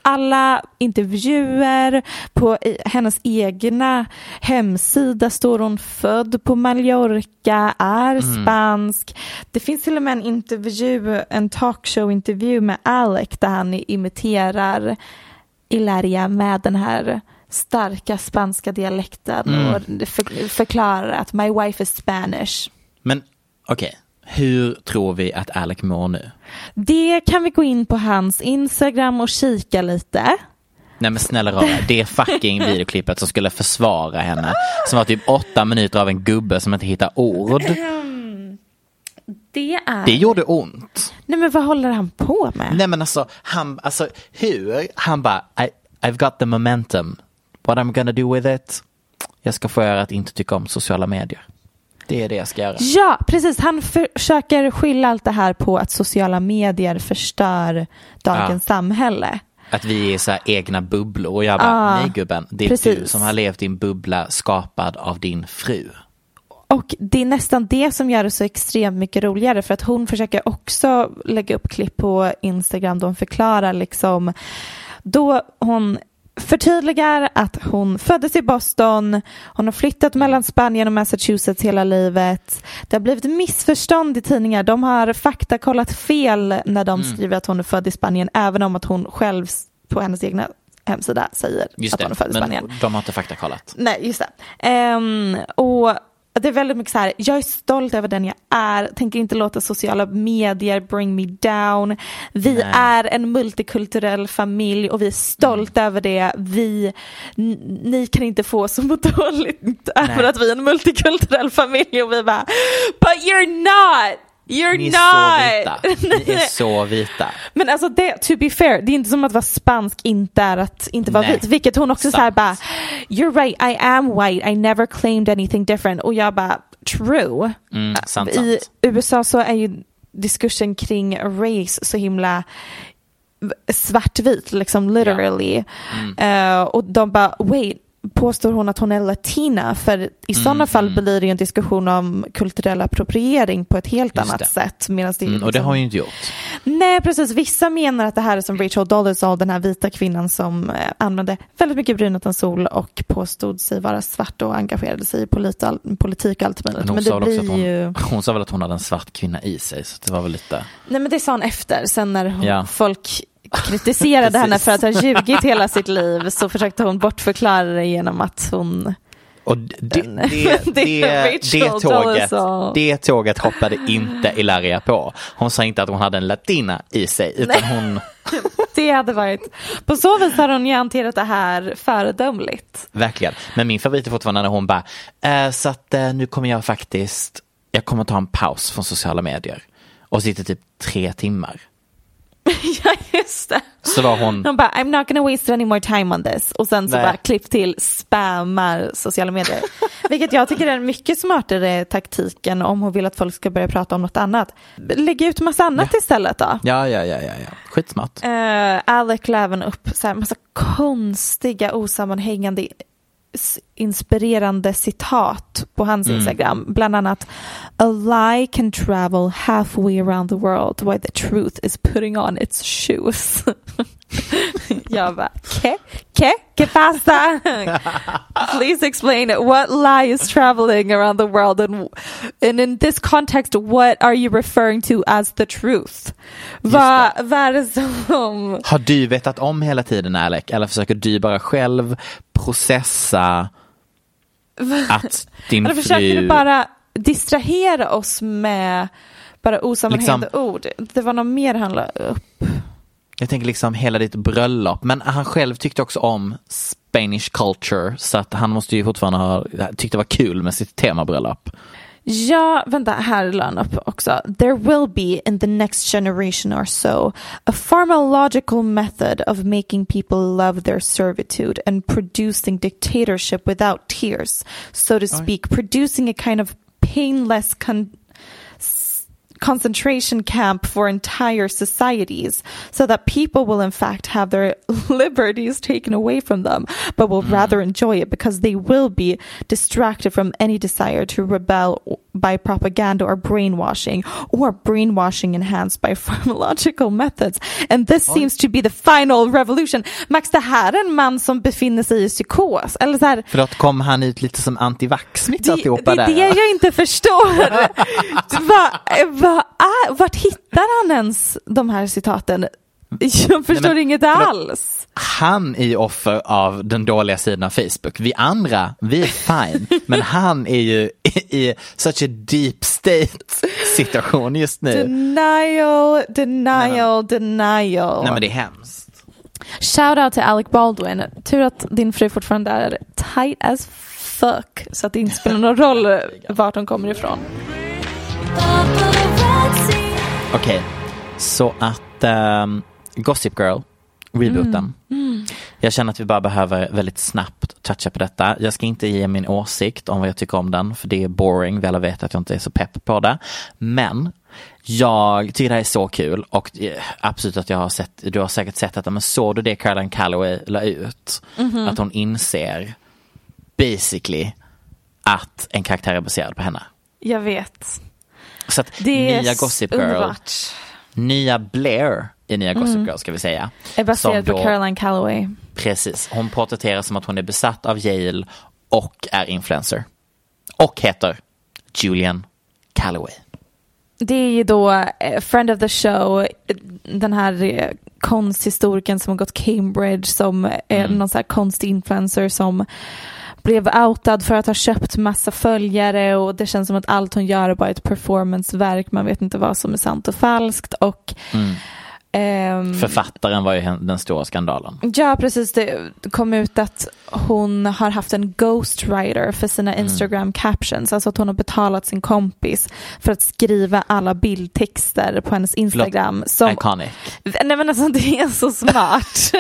alla intervjuer, på hennes egna hemsida står hon född på Mallorca, är mm. spansk. Det finns till och med en intervju, en talkshow-intervju med Alec där han imiterar Ilaria med den här starka spanska dialekten mm. och för, förklarar att my wife is Spanish. Men okej, okay. Hur tror vi att Alec mår nu? Det kan vi gå in på hans Instagram och kika lite. Nej men snälla rara, det är fucking videoklippet som skulle försvara henne. Som var typ åtta minuter av en gubbe som inte hittar ord. Det är... Det gjorde ont. Nej men vad håller han på med? Nej men alltså, han, alltså hur? Han bara, I, I've got the momentum. What I'm gonna do with it? Jag ska få er att inte tycka om sociala medier. Det är det jag ska göra. Ja, precis. Han försöker skylla allt det här på att sociala medier förstör dagens ja. samhälle. Att vi är så här egna bubblor. Och jag bara, ah, nej gubben, det är precis. Du som har levt i en bubbla skapad av din fru. Och det är nästan det som gör det så extremt mycket roligare, för att hon försöker också lägga upp klipp på Instagram då hon förklarar liksom, då hon förtydligar att hon föddes i Boston, hon har flyttat mellan Spanien och Massachusetts hela livet. Det har blivit missförstånd i tidningar. De har faktakollat fel när de mm. skriver att hon är född i Spanien, även om att hon själv på hennes egna hemsida säger just att det, hon är född i Spanien. Men de har inte faktakollat. Nej, just det. Um, och det är väldigt mycket så här, jag är stolt över den jag är, tänker inte låta sociala medier bring me down. Vi Nej. är en multikulturell familj och vi är stolta mm. över det. Vi, n- ni kan inte få så dåligt över att vi är en multikulturell familj, och vi bara, but you're not! You're Ni är not. så vita. Ni är så vita. Men alltså det, to be fair, det är inte som att vara spansk inte är att inte vara Nej. vit. Vilket hon också säger bara, you're right, I am white. I never claimed anything different. Och jag bara, true. Mm, sant, I sant. U S A så är ju diskursen kring race så himla svartvit, liksom literally. Ja. Mm. Uh, och de bara, wait, påstår hon att hon är latina, för i sådana mm, fall mm. blir det en diskussion om kulturell appropriering på ett helt Just annat det. sätt. Det mm, liksom... Och det har hon ju inte gjort. Nej, precis. Vissa menar att det här är som Rachel Dolezal, den här vita kvinnan som eh, använde väldigt mycket bryn utan sol och påstod sig vara svart och engagerade sig i polit- politik och allt möjligt. Men, men det blir att hon, ju... hon sa väl att hon hade en svart kvinna i sig, så det var väl lite... Nej, men det sa hon efter, sen när hon, ja. folk... kritiserade henne för att ha ljugit hela sitt liv, så försökte hon bortförklara det genom att hon och det, det, det, det, det, tåget, det tåget hoppade inte Ilaria på. Hon sa inte att hon hade en latina i sig, utan hon det hade varit, på så vis har hon ju hanterat det här föredömligt. Verkligen, men min favorit är fortfarande när hon bara äh, så att äh, nu kommer jag faktiskt jag kommer ta en paus från sociala medier och sitter typ tre timmar. Ja, just det. Så var hon... hon bara, I'm not gonna waste any more time on this. Och sen så Nej. bara klipp till spammar sociala medier. Vilket jag tycker är en mycket smartare taktiken om hon vill att folk ska börja prata om något annat. Lägg ut massa annat ja. istället då. Ja, ja, ja, ja, ja. Skitsmart. Uh, Alec la även upp så här massa konstiga, osammanhängande inspirerande citat på hans mm. Instagram, bland annat a lie can travel halfway around the world while the truth is putting on its shoes. Jag bara, ke, ke, que pasa? Please explain it. What lie is traveling around the world, and, and in this context, what are you referring to as the truth? Vad är det som... Har du vetat om hela tiden, Alec? Eller försöker du bara själv processa att din fru... Försöker du bara distrahera oss med bara osammanhängande liksom... ord? Det var något mer han la upp. Jag tänker liksom hela ditt bröllop. Men han själv tyckte också om Spanish culture, så att han måste ju fortfarande ha tyckte det var kul med sitt temabröllop. Ja, vänta, här la han upp också. There will be in the next generation or so a pharmacological method of making people love their servitude and producing dictatorship without tears, so to speak, Oj. producing a kind of painless con- concentration camp for entire societies, so that people will in fact have their liberties taken away from them, but will mm. rather enjoy it because they will be distracted from any desire to rebel by propaganda or brainwashing, or brainwashing enhanced by pharmacological methods. And this Oj. seems to be the final revolution. Max, det här är en man som befinner sig i psykos. Eller så här, förlåt, kom han ut lite som antivax mitt det, alltihopa det är där? det jag inte förstår. va, va, ah, vart hittar han ens de här citaten? Jag förstår Nej, men, inget förlåt. alls. Han är ju offer av den dåliga sidan av Facebook. Vi andra, vi är fine. Men han är ju i, i such a deep state situation just nu. Denial, denial, Nej, denial. Nej men det är hemskt. Shout out till Alec Baldwin. Tur att din fru fortfarande är tight as fuck. Så att det inte spelar någon roll vart de kommer ifrån. Okej, okay. Så att um, Gossip Girl rebooten. Mm. Mm. Jag känner att vi bara behöver väldigt snabbt toucha på detta. Jag ska inte ge min åsikt om vad jag tycker om den, för det är boring. Vi alla vet att jag inte är så pepp på det. Men jag tycker det här är så kul, och absolut att jag har sett, du har säkert sett detta, men såg du det Caroline Calloway la ut? Mm-hmm. Att hon inser basically att en karaktär är baserad på henne. Jag vet. Så att det nya Gossip Girl, underbart. Nya Blair i nya Gossip Girl, mm. ska vi säga. Är baserad på Caroline Calloway. Precis. Hon porträtteras som att hon är besatt av Yale och är influencer. Och heter Julian Calloway. Det är ju då friend of the show, den här konsthistoriken som har gått Cambridge, som är mm. någon sån här konstinfluencer som blev outad för att ha köpt massa följare, och det känns som att allt hon gör är bara ett performanceverk. Man vet inte vad som är sant och falskt. Och mm. ehm, författaren var ju den stora skandalen. Ja, precis. Det kom ut att hon har haft en ghostwriter för sina Instagram mm. captions. Alltså att hon har betalat sin kompis för att skriva alla bildtexter på hennes Instagram. Som, iconic. Nej men alltså, det är så smart.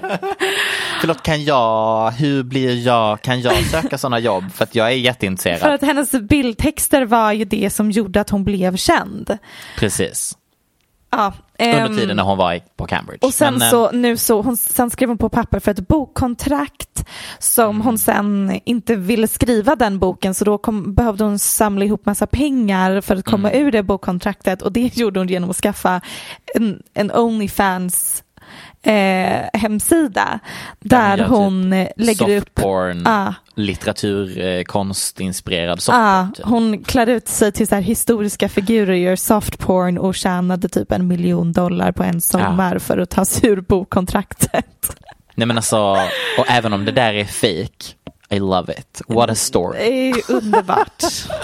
Förlåt, kan jag, hur blir jag, kan jag söka sådana jobb? För att jag är jätteintresserad. För att hennes bildtexter var ju det som gjorde att hon blev känd. Precis. Ja, under um, tiden när hon var på Cambridge. Och sen Men, så nu så hon sen skrev hon på papper för ett bokkontrakt som mm. hon sen inte ville skriva den boken, så då kom, behövde hon samla ihop massa pengar för att komma mm. ur det bokkontraktet, och det gjorde hon genom att skaffa en, en OnlyFans Eh, hemsida där ja, hon typ lägger upp porn, ah, litteratur, eh, konstinspirerad softporn. Ah, typ. Hon klär ut sig till så här historiska figurer, gör softporn och tjänade typ en miljon dollar på en sommar ah. för att ta sig ur bokkontraktet. Nej men alltså, och även om det där är fake, I love it. What a story. Det är underbart.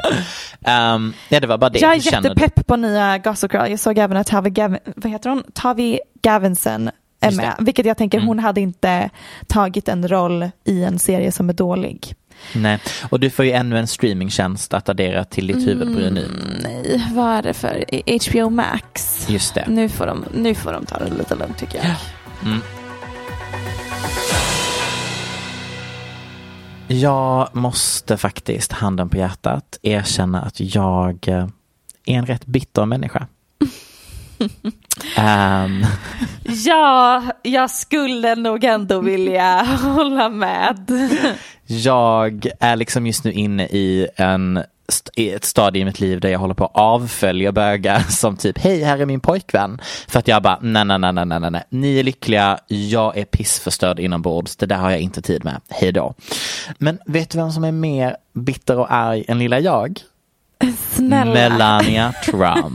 um, ja, det var bara det. Jag är jättepepp på nya Gossip Girl. Jag såg även att Tavi, Gav- vad heter hon? Tavi Gavinson är med. Vilket jag tänker, mm. hon hade inte tagit en roll i en serie som är dålig. Nej, och du får ju ännu en streamingtjänst att addera till ditt huvudbryn nu. Mm, nej, vad är det för H B O Max? Just det. Nu får de, nu får de ta det lite lugnt, tycker jag. Mm. Jag måste faktiskt, handen på hjärtat, erkänna att jag är en rätt bitter människa. um. Ja, jag skulle nog ändå vilja hålla med. Jag är liksom just nu inne i en i ett stadie i mitt liv där jag håller på att avfölja bögar som typ, hej, här är min pojkvän. För att jag bara, nej, nej, nej, nej, nej, nej. Ni är lyckliga, jag är pissförstörd inombords. Det där har jag inte tid med. Hej då. Men vet du vem som är mer bitter och arg än lilla jag? Snälla. Melania Trump.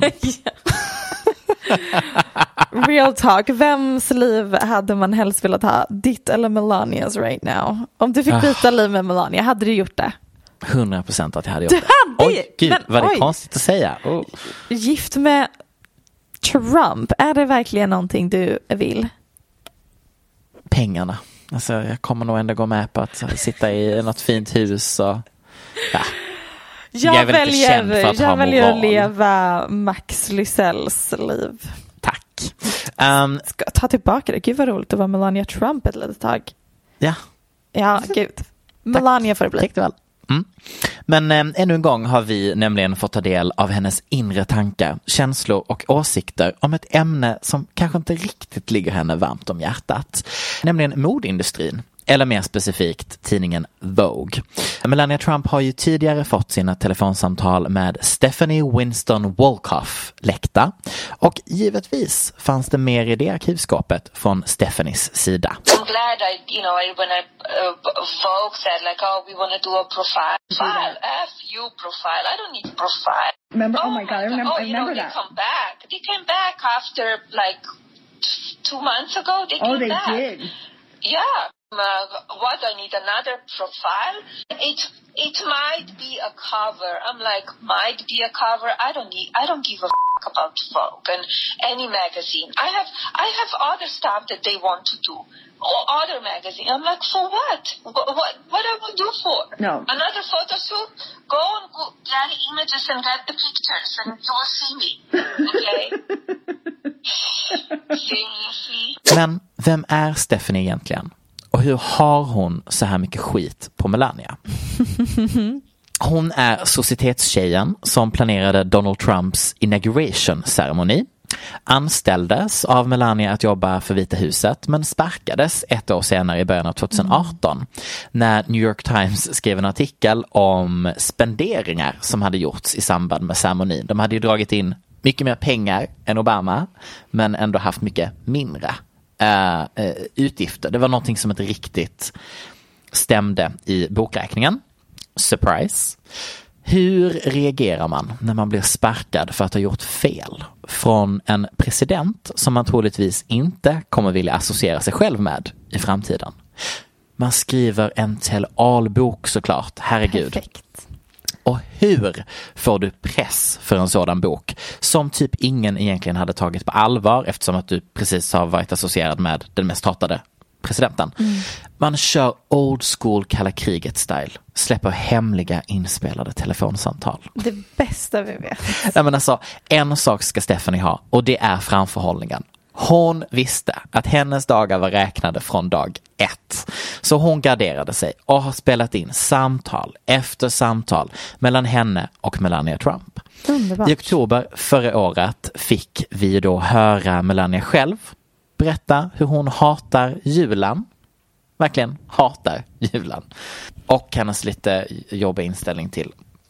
Real talk, vems liv hade man helst velat ha? Ditt eller Melanias right now? Om du fick byta liv med Melania, hade du gjort det? hundra procent att jag hade gjort du det. Hade? Oj, gud, men, vad det oj. konstigt att säga. Oh. Gift med Trump, är det verkligen någonting du vill? Pengarna. Alltså, jag kommer nog ändå gå med på att sitta i något fint hus och ja. Jag, jag väljer, att, jag väljer att leva Max Lysells liv. Tack. Um, Ska ta tillbaka det. Gud vad roligt att vara Melania Trump ett litet tag. Ja. Ja, gud. Melania får det bli. Tack väl. Mm. Men eh, ännu en gång har vi nämligen fått ta del av hennes inre tankar, känslor och åsikter om ett ämne som kanske inte riktigt ligger henne varmt om hjärtat, nämligen modeindustrin. eller mer specifikt tidningen Vogue. Melania Trump har ju tidigare fått sina telefonsamtal med Stephanie Winston Wolkoff läckta, och givetvis fanns det mer i det arkivskåpet från Stephanies sida. I'm glad I, you know, I, when I, uh, Vogue said like, oh, we want to do a profile. File, F you profile. I don't need profile. Remember? Oh, oh my God, I remember, oh, I remember you know, that. They come back. They came back after like two months ago. They oh, came they back. did. Yeah. Uh, what, I need another profile? It it might be a cover. I'm like, might be a cover. I don't need. I don't give a fuck about Vogue and any magazine. I have I have other stuff that they want to do. Or other magazine. I'm like, for what? What what, what I will do for? No. Another photo shoot? Go and go get images and get the pictures, and you will see me. Okay. Seriously. Men vem är Stephanie egentligen? Och hur har hon så här mycket skit på Melania? Hon är societetstjejen som planerade Donald Trumps inauguration-ceremoni. Anställdes av Melania att jobba för Vita huset, men sparkades ett år senare i början av tjugoarton mm. när New York Times skrev en artikel om spenderingar som hade gjorts i samband med ceremonin. De hade ju dragit in mycket mer pengar än Obama, men ändå haft mycket mindre Uh, uh, utgifter. Det var någonting som inte riktigt stämde i bokräkningen. Surprise. Hur reagerar man när man blir sparkad för att ha gjort fel från en president som man troligtvis inte kommer vilja associera sig själv med i framtiden? Man skriver en tell-all-bok såklart. Herregud. Perfekt. Och hur får du press för en sådan bok som typ ingen egentligen hade tagit på allvar, eftersom att du precis har varit associerad med den mest hatade presidenten? Mm. Man kör old school kalla kriget style. Släpper hemliga inspelade telefonsamtal. Det bästa vi vet. Nej, men alltså, en sak ska Stephanie ha, och det är framförhållningen. Hon visste att hennes dagar var räknade från dag ett. Så hon garderade sig och har spelat in samtal efter samtal mellan henne och Melania Trump. Underbart. I oktober förra året fick vi då höra Melania själv berätta hur hon hatar julen. Verkligen hatar julen. Och hennes lite jobbiga inställning till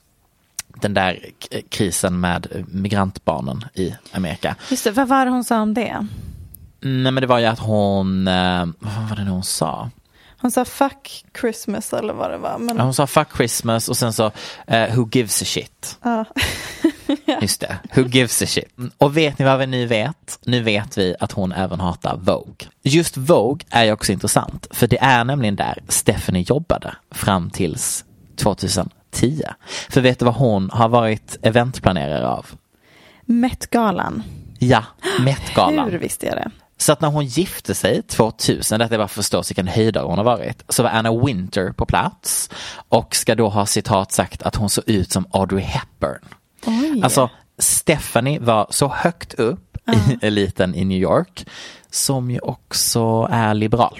den där k- krisen med migrantbarnen i Amerika. Just det, vad var det hon sa om det? Nej, men det var ju att hon, eh, vad var det hon sa? Hon sa fuck Christmas eller vad det var. Men... Ja, hon sa fuck Christmas och sen så uh, who gives a shit. Ja. Just det, who gives a shit. Och vet ni vad vi nu vet? Nu vet vi att hon även hatar Vogue. Just Vogue är ju också intressant, för det är nämligen där Stephanie jobbade fram tills tjugohundratio. För vet du vad hon har varit eventplanerare av? Met-galan. Ja, Met-galan. Hur visste jag det? Så att när hon gifte sig tvåtusen, detta är bara förstås vilken höjdare hon har varit, så var Anna Wintour på plats och ska då ha citat sagt att hon såg ut som Audrey Hepburn. Oj. Alltså Stephanie var så högt upp uh. i eliten i New York, som ju också är liberal.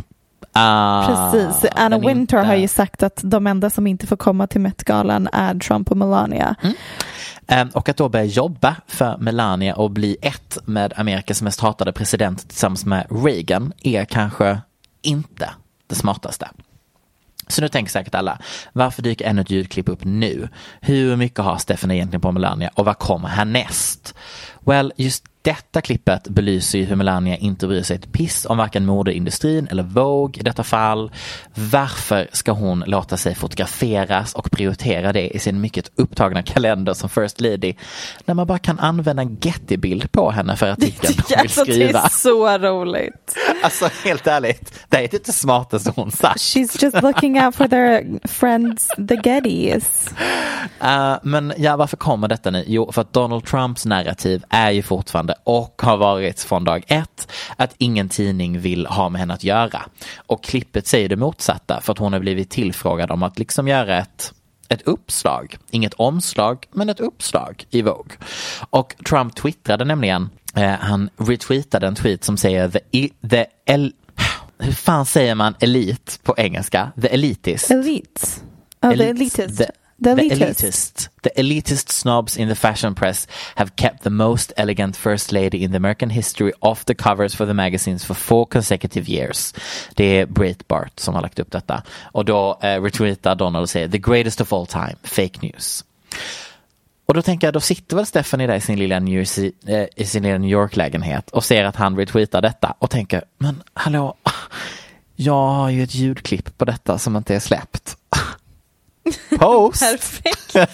Uh, Precis, Anna Wintour inte... har ju sagt att de enda som inte får komma till Met-galan är Trump och Melania. Mm. Um, och att då börja jobba för Melania och bli ett med Amerikas mest hatade president tillsammans med Reagan är kanske inte det smartaste. Så nu tänker säkert alla, varför dyker ännu ett ljudklipp upp nu? Hur mycket har Stephanie egentligen på Melania och vad kommer härnäst? Well, just detta klippet belyser ju hur Melania inte bryr sig ett piss om varken modeindustrin eller Vogue i detta fall. Varför ska hon låta sig fotograferas och prioritera det i sin mycket upptagna kalender som First Lady, när man bara kan använda en Getty-bild på henne för artikeln hon vill skriva? Det är så roligt. Alltså helt ärligt, det är inte smartaste hon sagt. She's just looking out for their friends, the Gettys. Uh, men ja, varför kommer detta nu? Jo, för att Donald Trumps narrativ är ju fortfarande och har varit från dag ett att ingen tidning vill ha med henne att göra. Och klippet säger det motsatta, för att hon har blivit tillfrågad om att liksom göra ett ett uppslag, inget omslag, men ett uppslag i Vogue. Och Trump twittrade nämligen, eh, han retweetade en tweet som säger the, the el, hur fan säger man elit på engelska? The elitist. Elite. Oh, Elite. the elitist. The, The elitist. The elitist. The elitist snobs in the fashion press have kept the most elegant first lady in the American history off the covers for the magazines for four consecutive years. Det är Breitbart som har lagt upp detta. Och då eh, retweetar Donald och säger the greatest of all time, fake news. Och då tänker jag, då sitter väl Stephanie där i sin lilla New, Jersey, eh, i sin lilla New York-lägenhet och ser att han retweetar detta och tänker, men hallå, jag har ju ett ljudklipp på detta som inte är släppt. Post! Perfekt!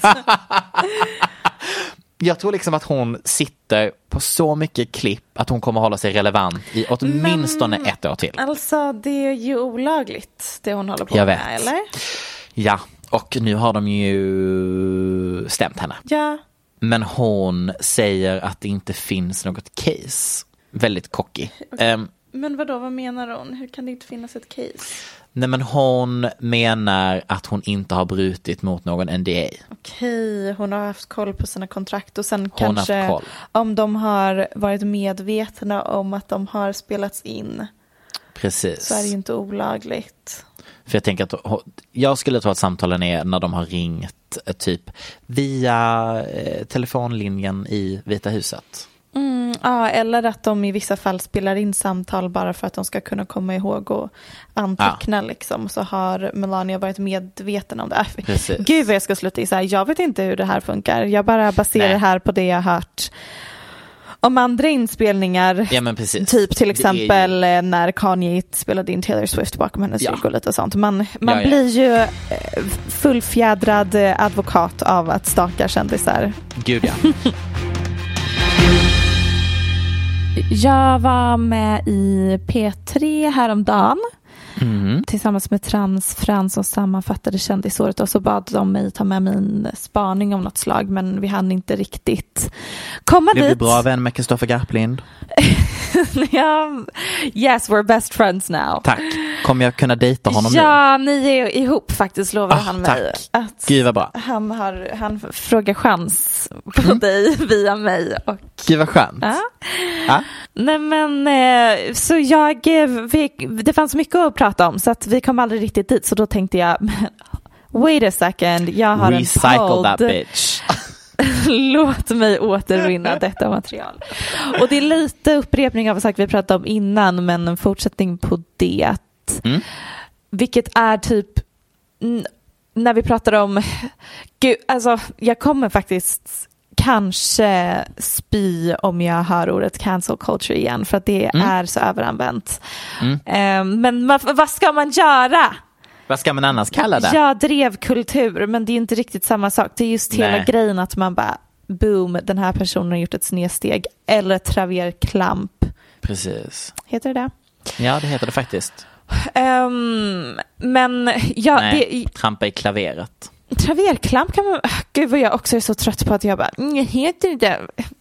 Jag tror liksom att hon sitter på så mycket klipp att hon kommer hålla sig relevant i åtminstone Men, ett år till. Alltså, det är ju olagligt det hon håller på jag med, vet. eller? Ja, och nu har de ju stämt henne. Ja. Men hon säger att det inte finns något case. Väldigt cocky. Okay. Um, Men vadå, vad menar hon? Hur kan det inte finnas ett case? Nej, men hon menar att hon inte har brutit mot någon N D A. Okej, hon har haft koll på sina kontrakt och sen hon kanske om de har varit medvetna om att de har spelats in. Precis. Så är det ju inte olagligt. För jag tänker att jag skulle tro att samtalen är när de har ringt typ via eh, telefonlinjen i Vita huset. Mm, ja, eller att de i vissa fall spelar in samtal bara för att de ska kunna komma ihåg och anteckna ja. liksom. Så har Melania varit medveten om det. Precis. Gud vad jag ska sluta i så här. Jag vet inte hur det här funkar. Jag bara baserar Nej. här på det jag har hört om andra inspelningar. Ja, men precis. Typ till exempel ju... när Kanye spelade in Taylor Swift bakom hennes rygg ja. och lite sånt. Man, man ja, ja. blir ju fullfjädrad advokat av att staka kändisar. Gud ja. Jag var med i P tre häromdagen mm. tillsammans med Transfrans och sammanfattade kändisåret och så bad de mig ta med min spaning om något slag men vi hann inte riktigt komma Blev dit. Blev du bra vän med Kristoffer Garplind? Ja, yes, we're best friends now. Tack. Kommer jag kunna dejta honom ja, nu? Ja, ni är ihop faktiskt, lovar oh, han mig. Att Gud vad bra. Han, har, han frågar chans på mm. dig via mig. Och, Gud vad skönt. Ja. Ja. Nej men, så jag, vi, det fanns mycket att prata om så att vi kom aldrig riktigt dit. Så då tänkte jag, wait a second, jag har Recycle en podd. that bitch. Låt mig återvinna detta material. Och det är lite upprepning av vad vi pratade om innan men en fortsättning på det. Mm. Vilket är typ n- när vi pratar om gud, alltså jag kommer faktiskt kanske spy om jag hör ordet cancel culture igen för att det mm. är så överanvänt. Mm. Um, men ma- vad ska man göra? Vad ska man annars kalla det? Jag drev kultur, men det är inte riktigt samma sak. Det är just hela Nej. grejen att man bara, boom, den här personen har gjort ett snedsteg. Eller traverklamp. Precis. Heter det det? Ja, det heter det faktiskt. Um, men, ja. Nej, det, trampa i klaveret. Traverklamp kan man, gud vad jag också är så trött på att jag bara, mm, heter det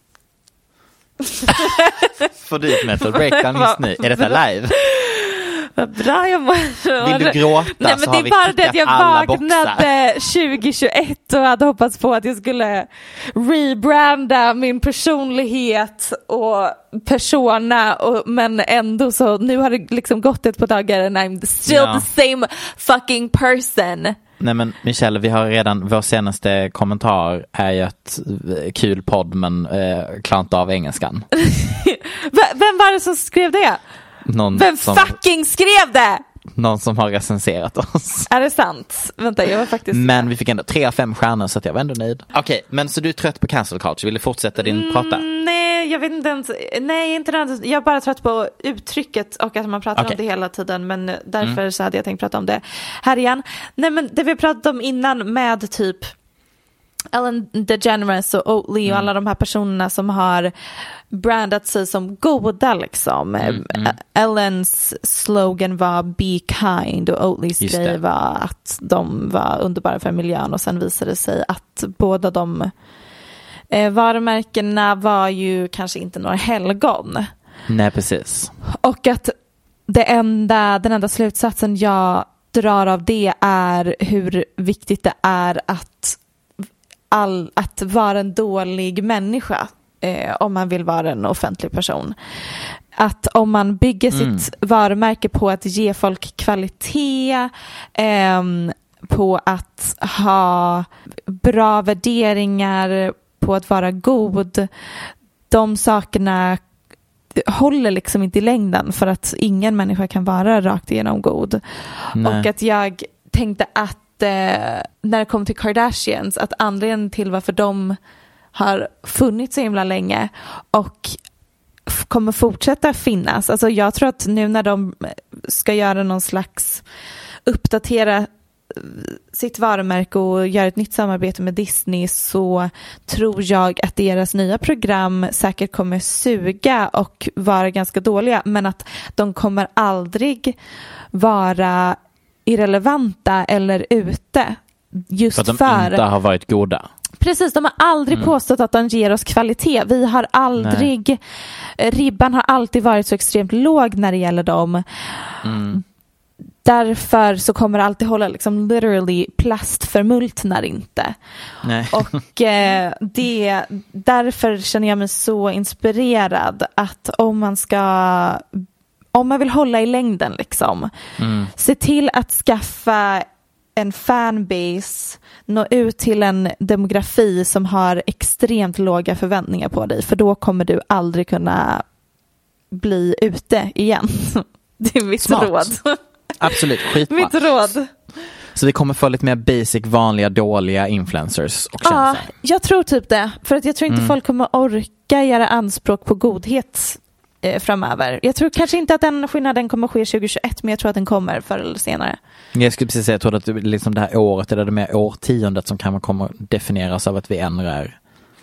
Får du ett mental breakdown just nu? Är detta live? Vad bra jag var. Vill du gråta? Nej, men det är bara det att jag vaknade tjugo tjugoett och hade hoppats på att jag skulle rebranda min personlighet och persona och, men ändå så nu har det liksom gått ett par dagar and I'm still ja. the same fucking person. Nej men Michelle, vi har redan, vår senaste kommentar är ju ett kul podd men eh, klant av engelskan. Vem var det som skrev det? Någon Vem som, fucking skrev det? Någon som har recenserat oss. Är det sant? Vänta, jag var faktiskt... Men vi fick ändå tre av fem stjärnor så att jag var ändå nöjd. Okej, okay, men så du är trött på cancel culture? Vill du fortsätta din mm, prata? Nej, jag vet inte ens... Nej, inte ens. Jag är bara trött på uttrycket och att man pratar okay. om det hela tiden. Men därför mm. så hade jag tänkt prata om det här igen. Nej, men det vi pratade om innan med typ Ellen DeGeneres och Oatly mm. och alla de här personerna som har brandat sig som goda liksom. Mm, mm. Ellens slogan var be kind och Oatlys grej var att de var underbara för miljön och sen visade det sig att båda de eh, varumärkena var ju kanske inte några helgon. Nej, precis. Och att det enda, den enda slutsatsen jag drar av det är hur viktigt det är att All, att vara en dålig människa eh, om man vill vara en offentlig person. Att om man bygger mm. sitt varumärke på att ge folk kvalitet, eh, på att ha bra värderingar, på att vara god, de sakerna håller liksom inte i längden, för att ingen människa kan vara rakt igenom god. Nej. Och att jag tänkte att eh, när det kom till Kardashians, att anledningen till varför de har funnits så himla länge och f- kommer fortsätta finnas, alltså jag tror att nu när de ska göra någon slags uppdatera sitt varumärke och göra ett nytt samarbete med Disney, så tror jag att deras nya program säkert kommer suga och vara ganska dåliga, men att de kommer aldrig vara irrelevanta eller ute, just för att de för... inte har varit goda. Precis, de har aldrig mm. påstått att de ger oss kvalitet. Vi har aldrig Nej. Ribban har alltid varit så extremt låg när det gäller dem. Mm. Därför så kommer det alltid hålla liksom literally plastförmultnar inte. Nej. Och eh, det, därför känner jag mig så inspirerad att om man ska, om man vill hålla i längden liksom, mm. se till att skaffa en fanbase, nå ut till en demografi som har extremt låga förväntningar på dig, för då kommer du aldrig kunna bli ute igen. Det är mitt Smart. råd. Absolut, skitbra. Mitt råd. Så vi kommer få lite mer basic, vanliga, dåliga influencers och kändisar. Ja, jag tror typ det. För att jag tror inte mm. folk kommer orka göra anspråk på godhet eh, framöver. Jag tror kanske inte att den skillnaden kommer ske tjugohundratjugoett, men jag tror att den kommer förr eller senare. Jag skulle precis säga, jag tror att det, liksom det här året eller det mer årtiondet som kan kommer definieras av att vi ändrar.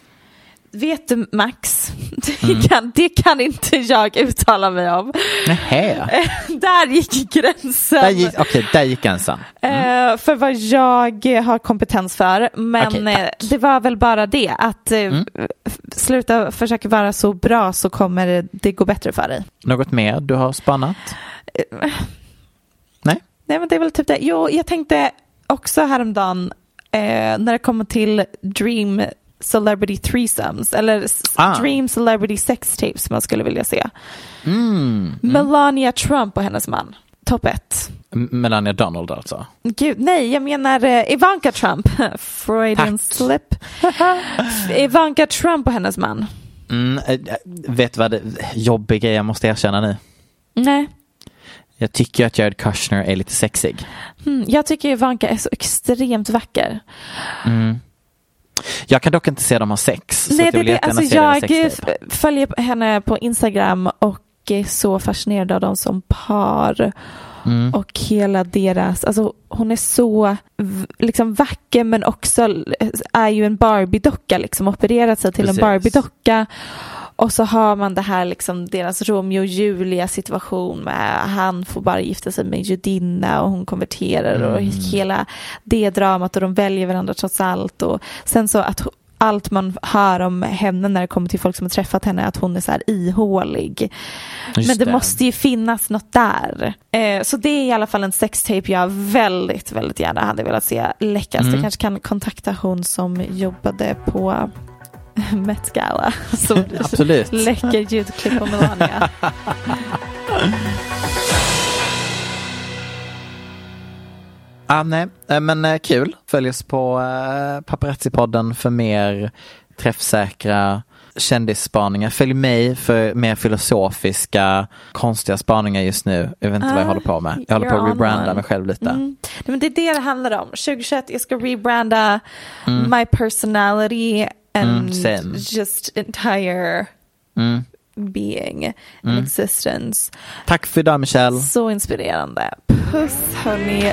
Vet du, Max, det, mm. kan, det kan inte jag uttala mig om. Nähä. Där gick gränsen. Där gick, okej, där gick gränsen. Mm. Uh, för vad jag har kompetens för. Men okay, det var väl bara det, att uh, mm. sluta försöka vara så bra, så kommer det gå bättre för dig. Något mer du har spannat? Uh, Nej? Nej, men det är väl typ det. Jo, jag tänkte också häromdagen uh, när det kommer till Dream Celebrity threesomes eller ah. Dream Celebrity sex tapes man skulle vilja se. Mm. Mm. Melania Trump och hennes man. Topp ett. M- Melania Donald alltså? Gud, nej, jag menar uh, Ivanka Trump. Freudian Tack. slip. Ivanka Trump och hennes man. Mm, äh, vet vad det jobbig grej jag måste erkänna nu? Nej. Jag tycker att Jared Kushner är lite sexig. Mm, jag tycker Ivanka är så extremt vacker. Mm. Jag kan dock inte se dem ha sex. Nej, så det, det, alltså jag följer henne på Instagram och är så fascinerad av dem som par. Mm. Och hela deras, alltså hon är så liksom vacker, men också är ju en Barbie-docka, liksom opererat sig till Precis. en Barbie-docka. Och så har man det här liksom deras Romeo och Julia situation med han får bara gifta sig med judinna och hon konverterar mm. och hela det dramat, och de väljer varandra trots allt. Och sen så att allt man hör om henne när det kommer till folk som har träffat henne, att hon är så här ihålig. Just Men det, det måste ju finnas något där. Eh, så det är i alla fall en sextape jag väldigt, väldigt gärna hade velat se läckas. Mm. Jag kanske kan kontakta hon som jobbade på Met Gala som Absolut. läcker ljudklipp om Melania. Ah, nej, men eh, kul. Följ oss på eh, Paparazzi-podden för mer träffsäkra kändisspaningar. Följ mig för mer filosofiska, konstiga spaningar just nu. Jag vet inte ah, vad jag håller på med. Jag håller på att rebranda mig själv lite. Mm. Nej, men det är det det handlar om. tjugohundratjugoett, jag ska rebranda mm. my personality and mm, just entire mm. being and mm. existence. Tack för idag, Michelle. Så inspirerande. Puss, hörni.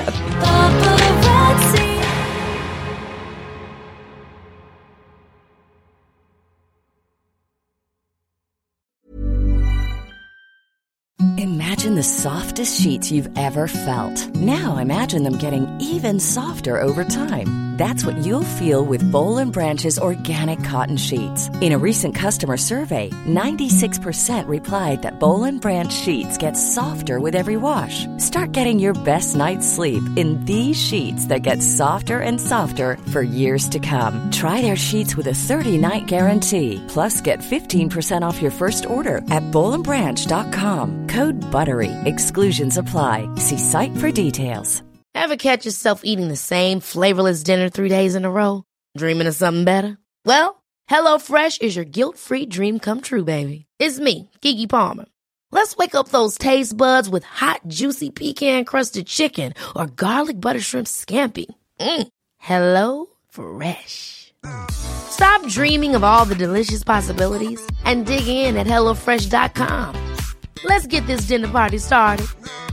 Imagine the softest sheets you've ever felt. Now imagine them getting even softer over time. That's what you'll feel with Boll and Branch's organic cotton sheets. In a recent customer survey, ninety-six percent replied that Boll and Branch sheets get softer with every wash. Start getting your best night's sleep in these sheets that get softer and softer for years to come. Try their sheets with a thirty-night guarantee. Plus, get fifteen percent off your first order at boll and branch dot com. Code BUTTERY. Exclusions apply. See site for details. Ever catch yourself eating the same flavorless dinner three days in a row? Dreaming of something better? Well, HelloFresh is your guilt-free dream come true, baby. It's me, Keke Palmer. Let's wake up those taste buds with hot, juicy pecan-crusted chicken or garlic butter shrimp scampi. Mm. Hello Fresh. Stop dreaming of all the delicious possibilities and dig in at hello fresh dot com. Let's get this dinner party started.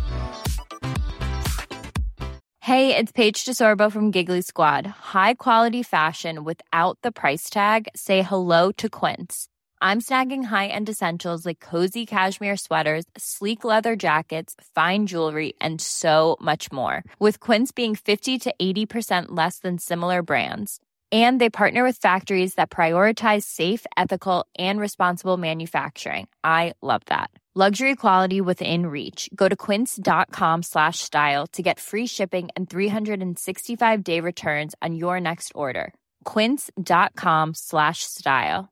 Hey, it's Paige DeSorbo from Giggly Squad. High quality fashion without the price tag. Say hello to Quince. I'm snagging high-end essentials like cozy cashmere sweaters, sleek leather jackets, fine jewelry, and so much more. With Quince being fifty to eighty percent less than similar brands. And they partner with factories that prioritize safe, ethical, and responsible manufacturing. I love that. Luxury quality within reach. Go to quince.com slash style to get free shipping and three sixty-five day returns on your next order. Quince.com slash style.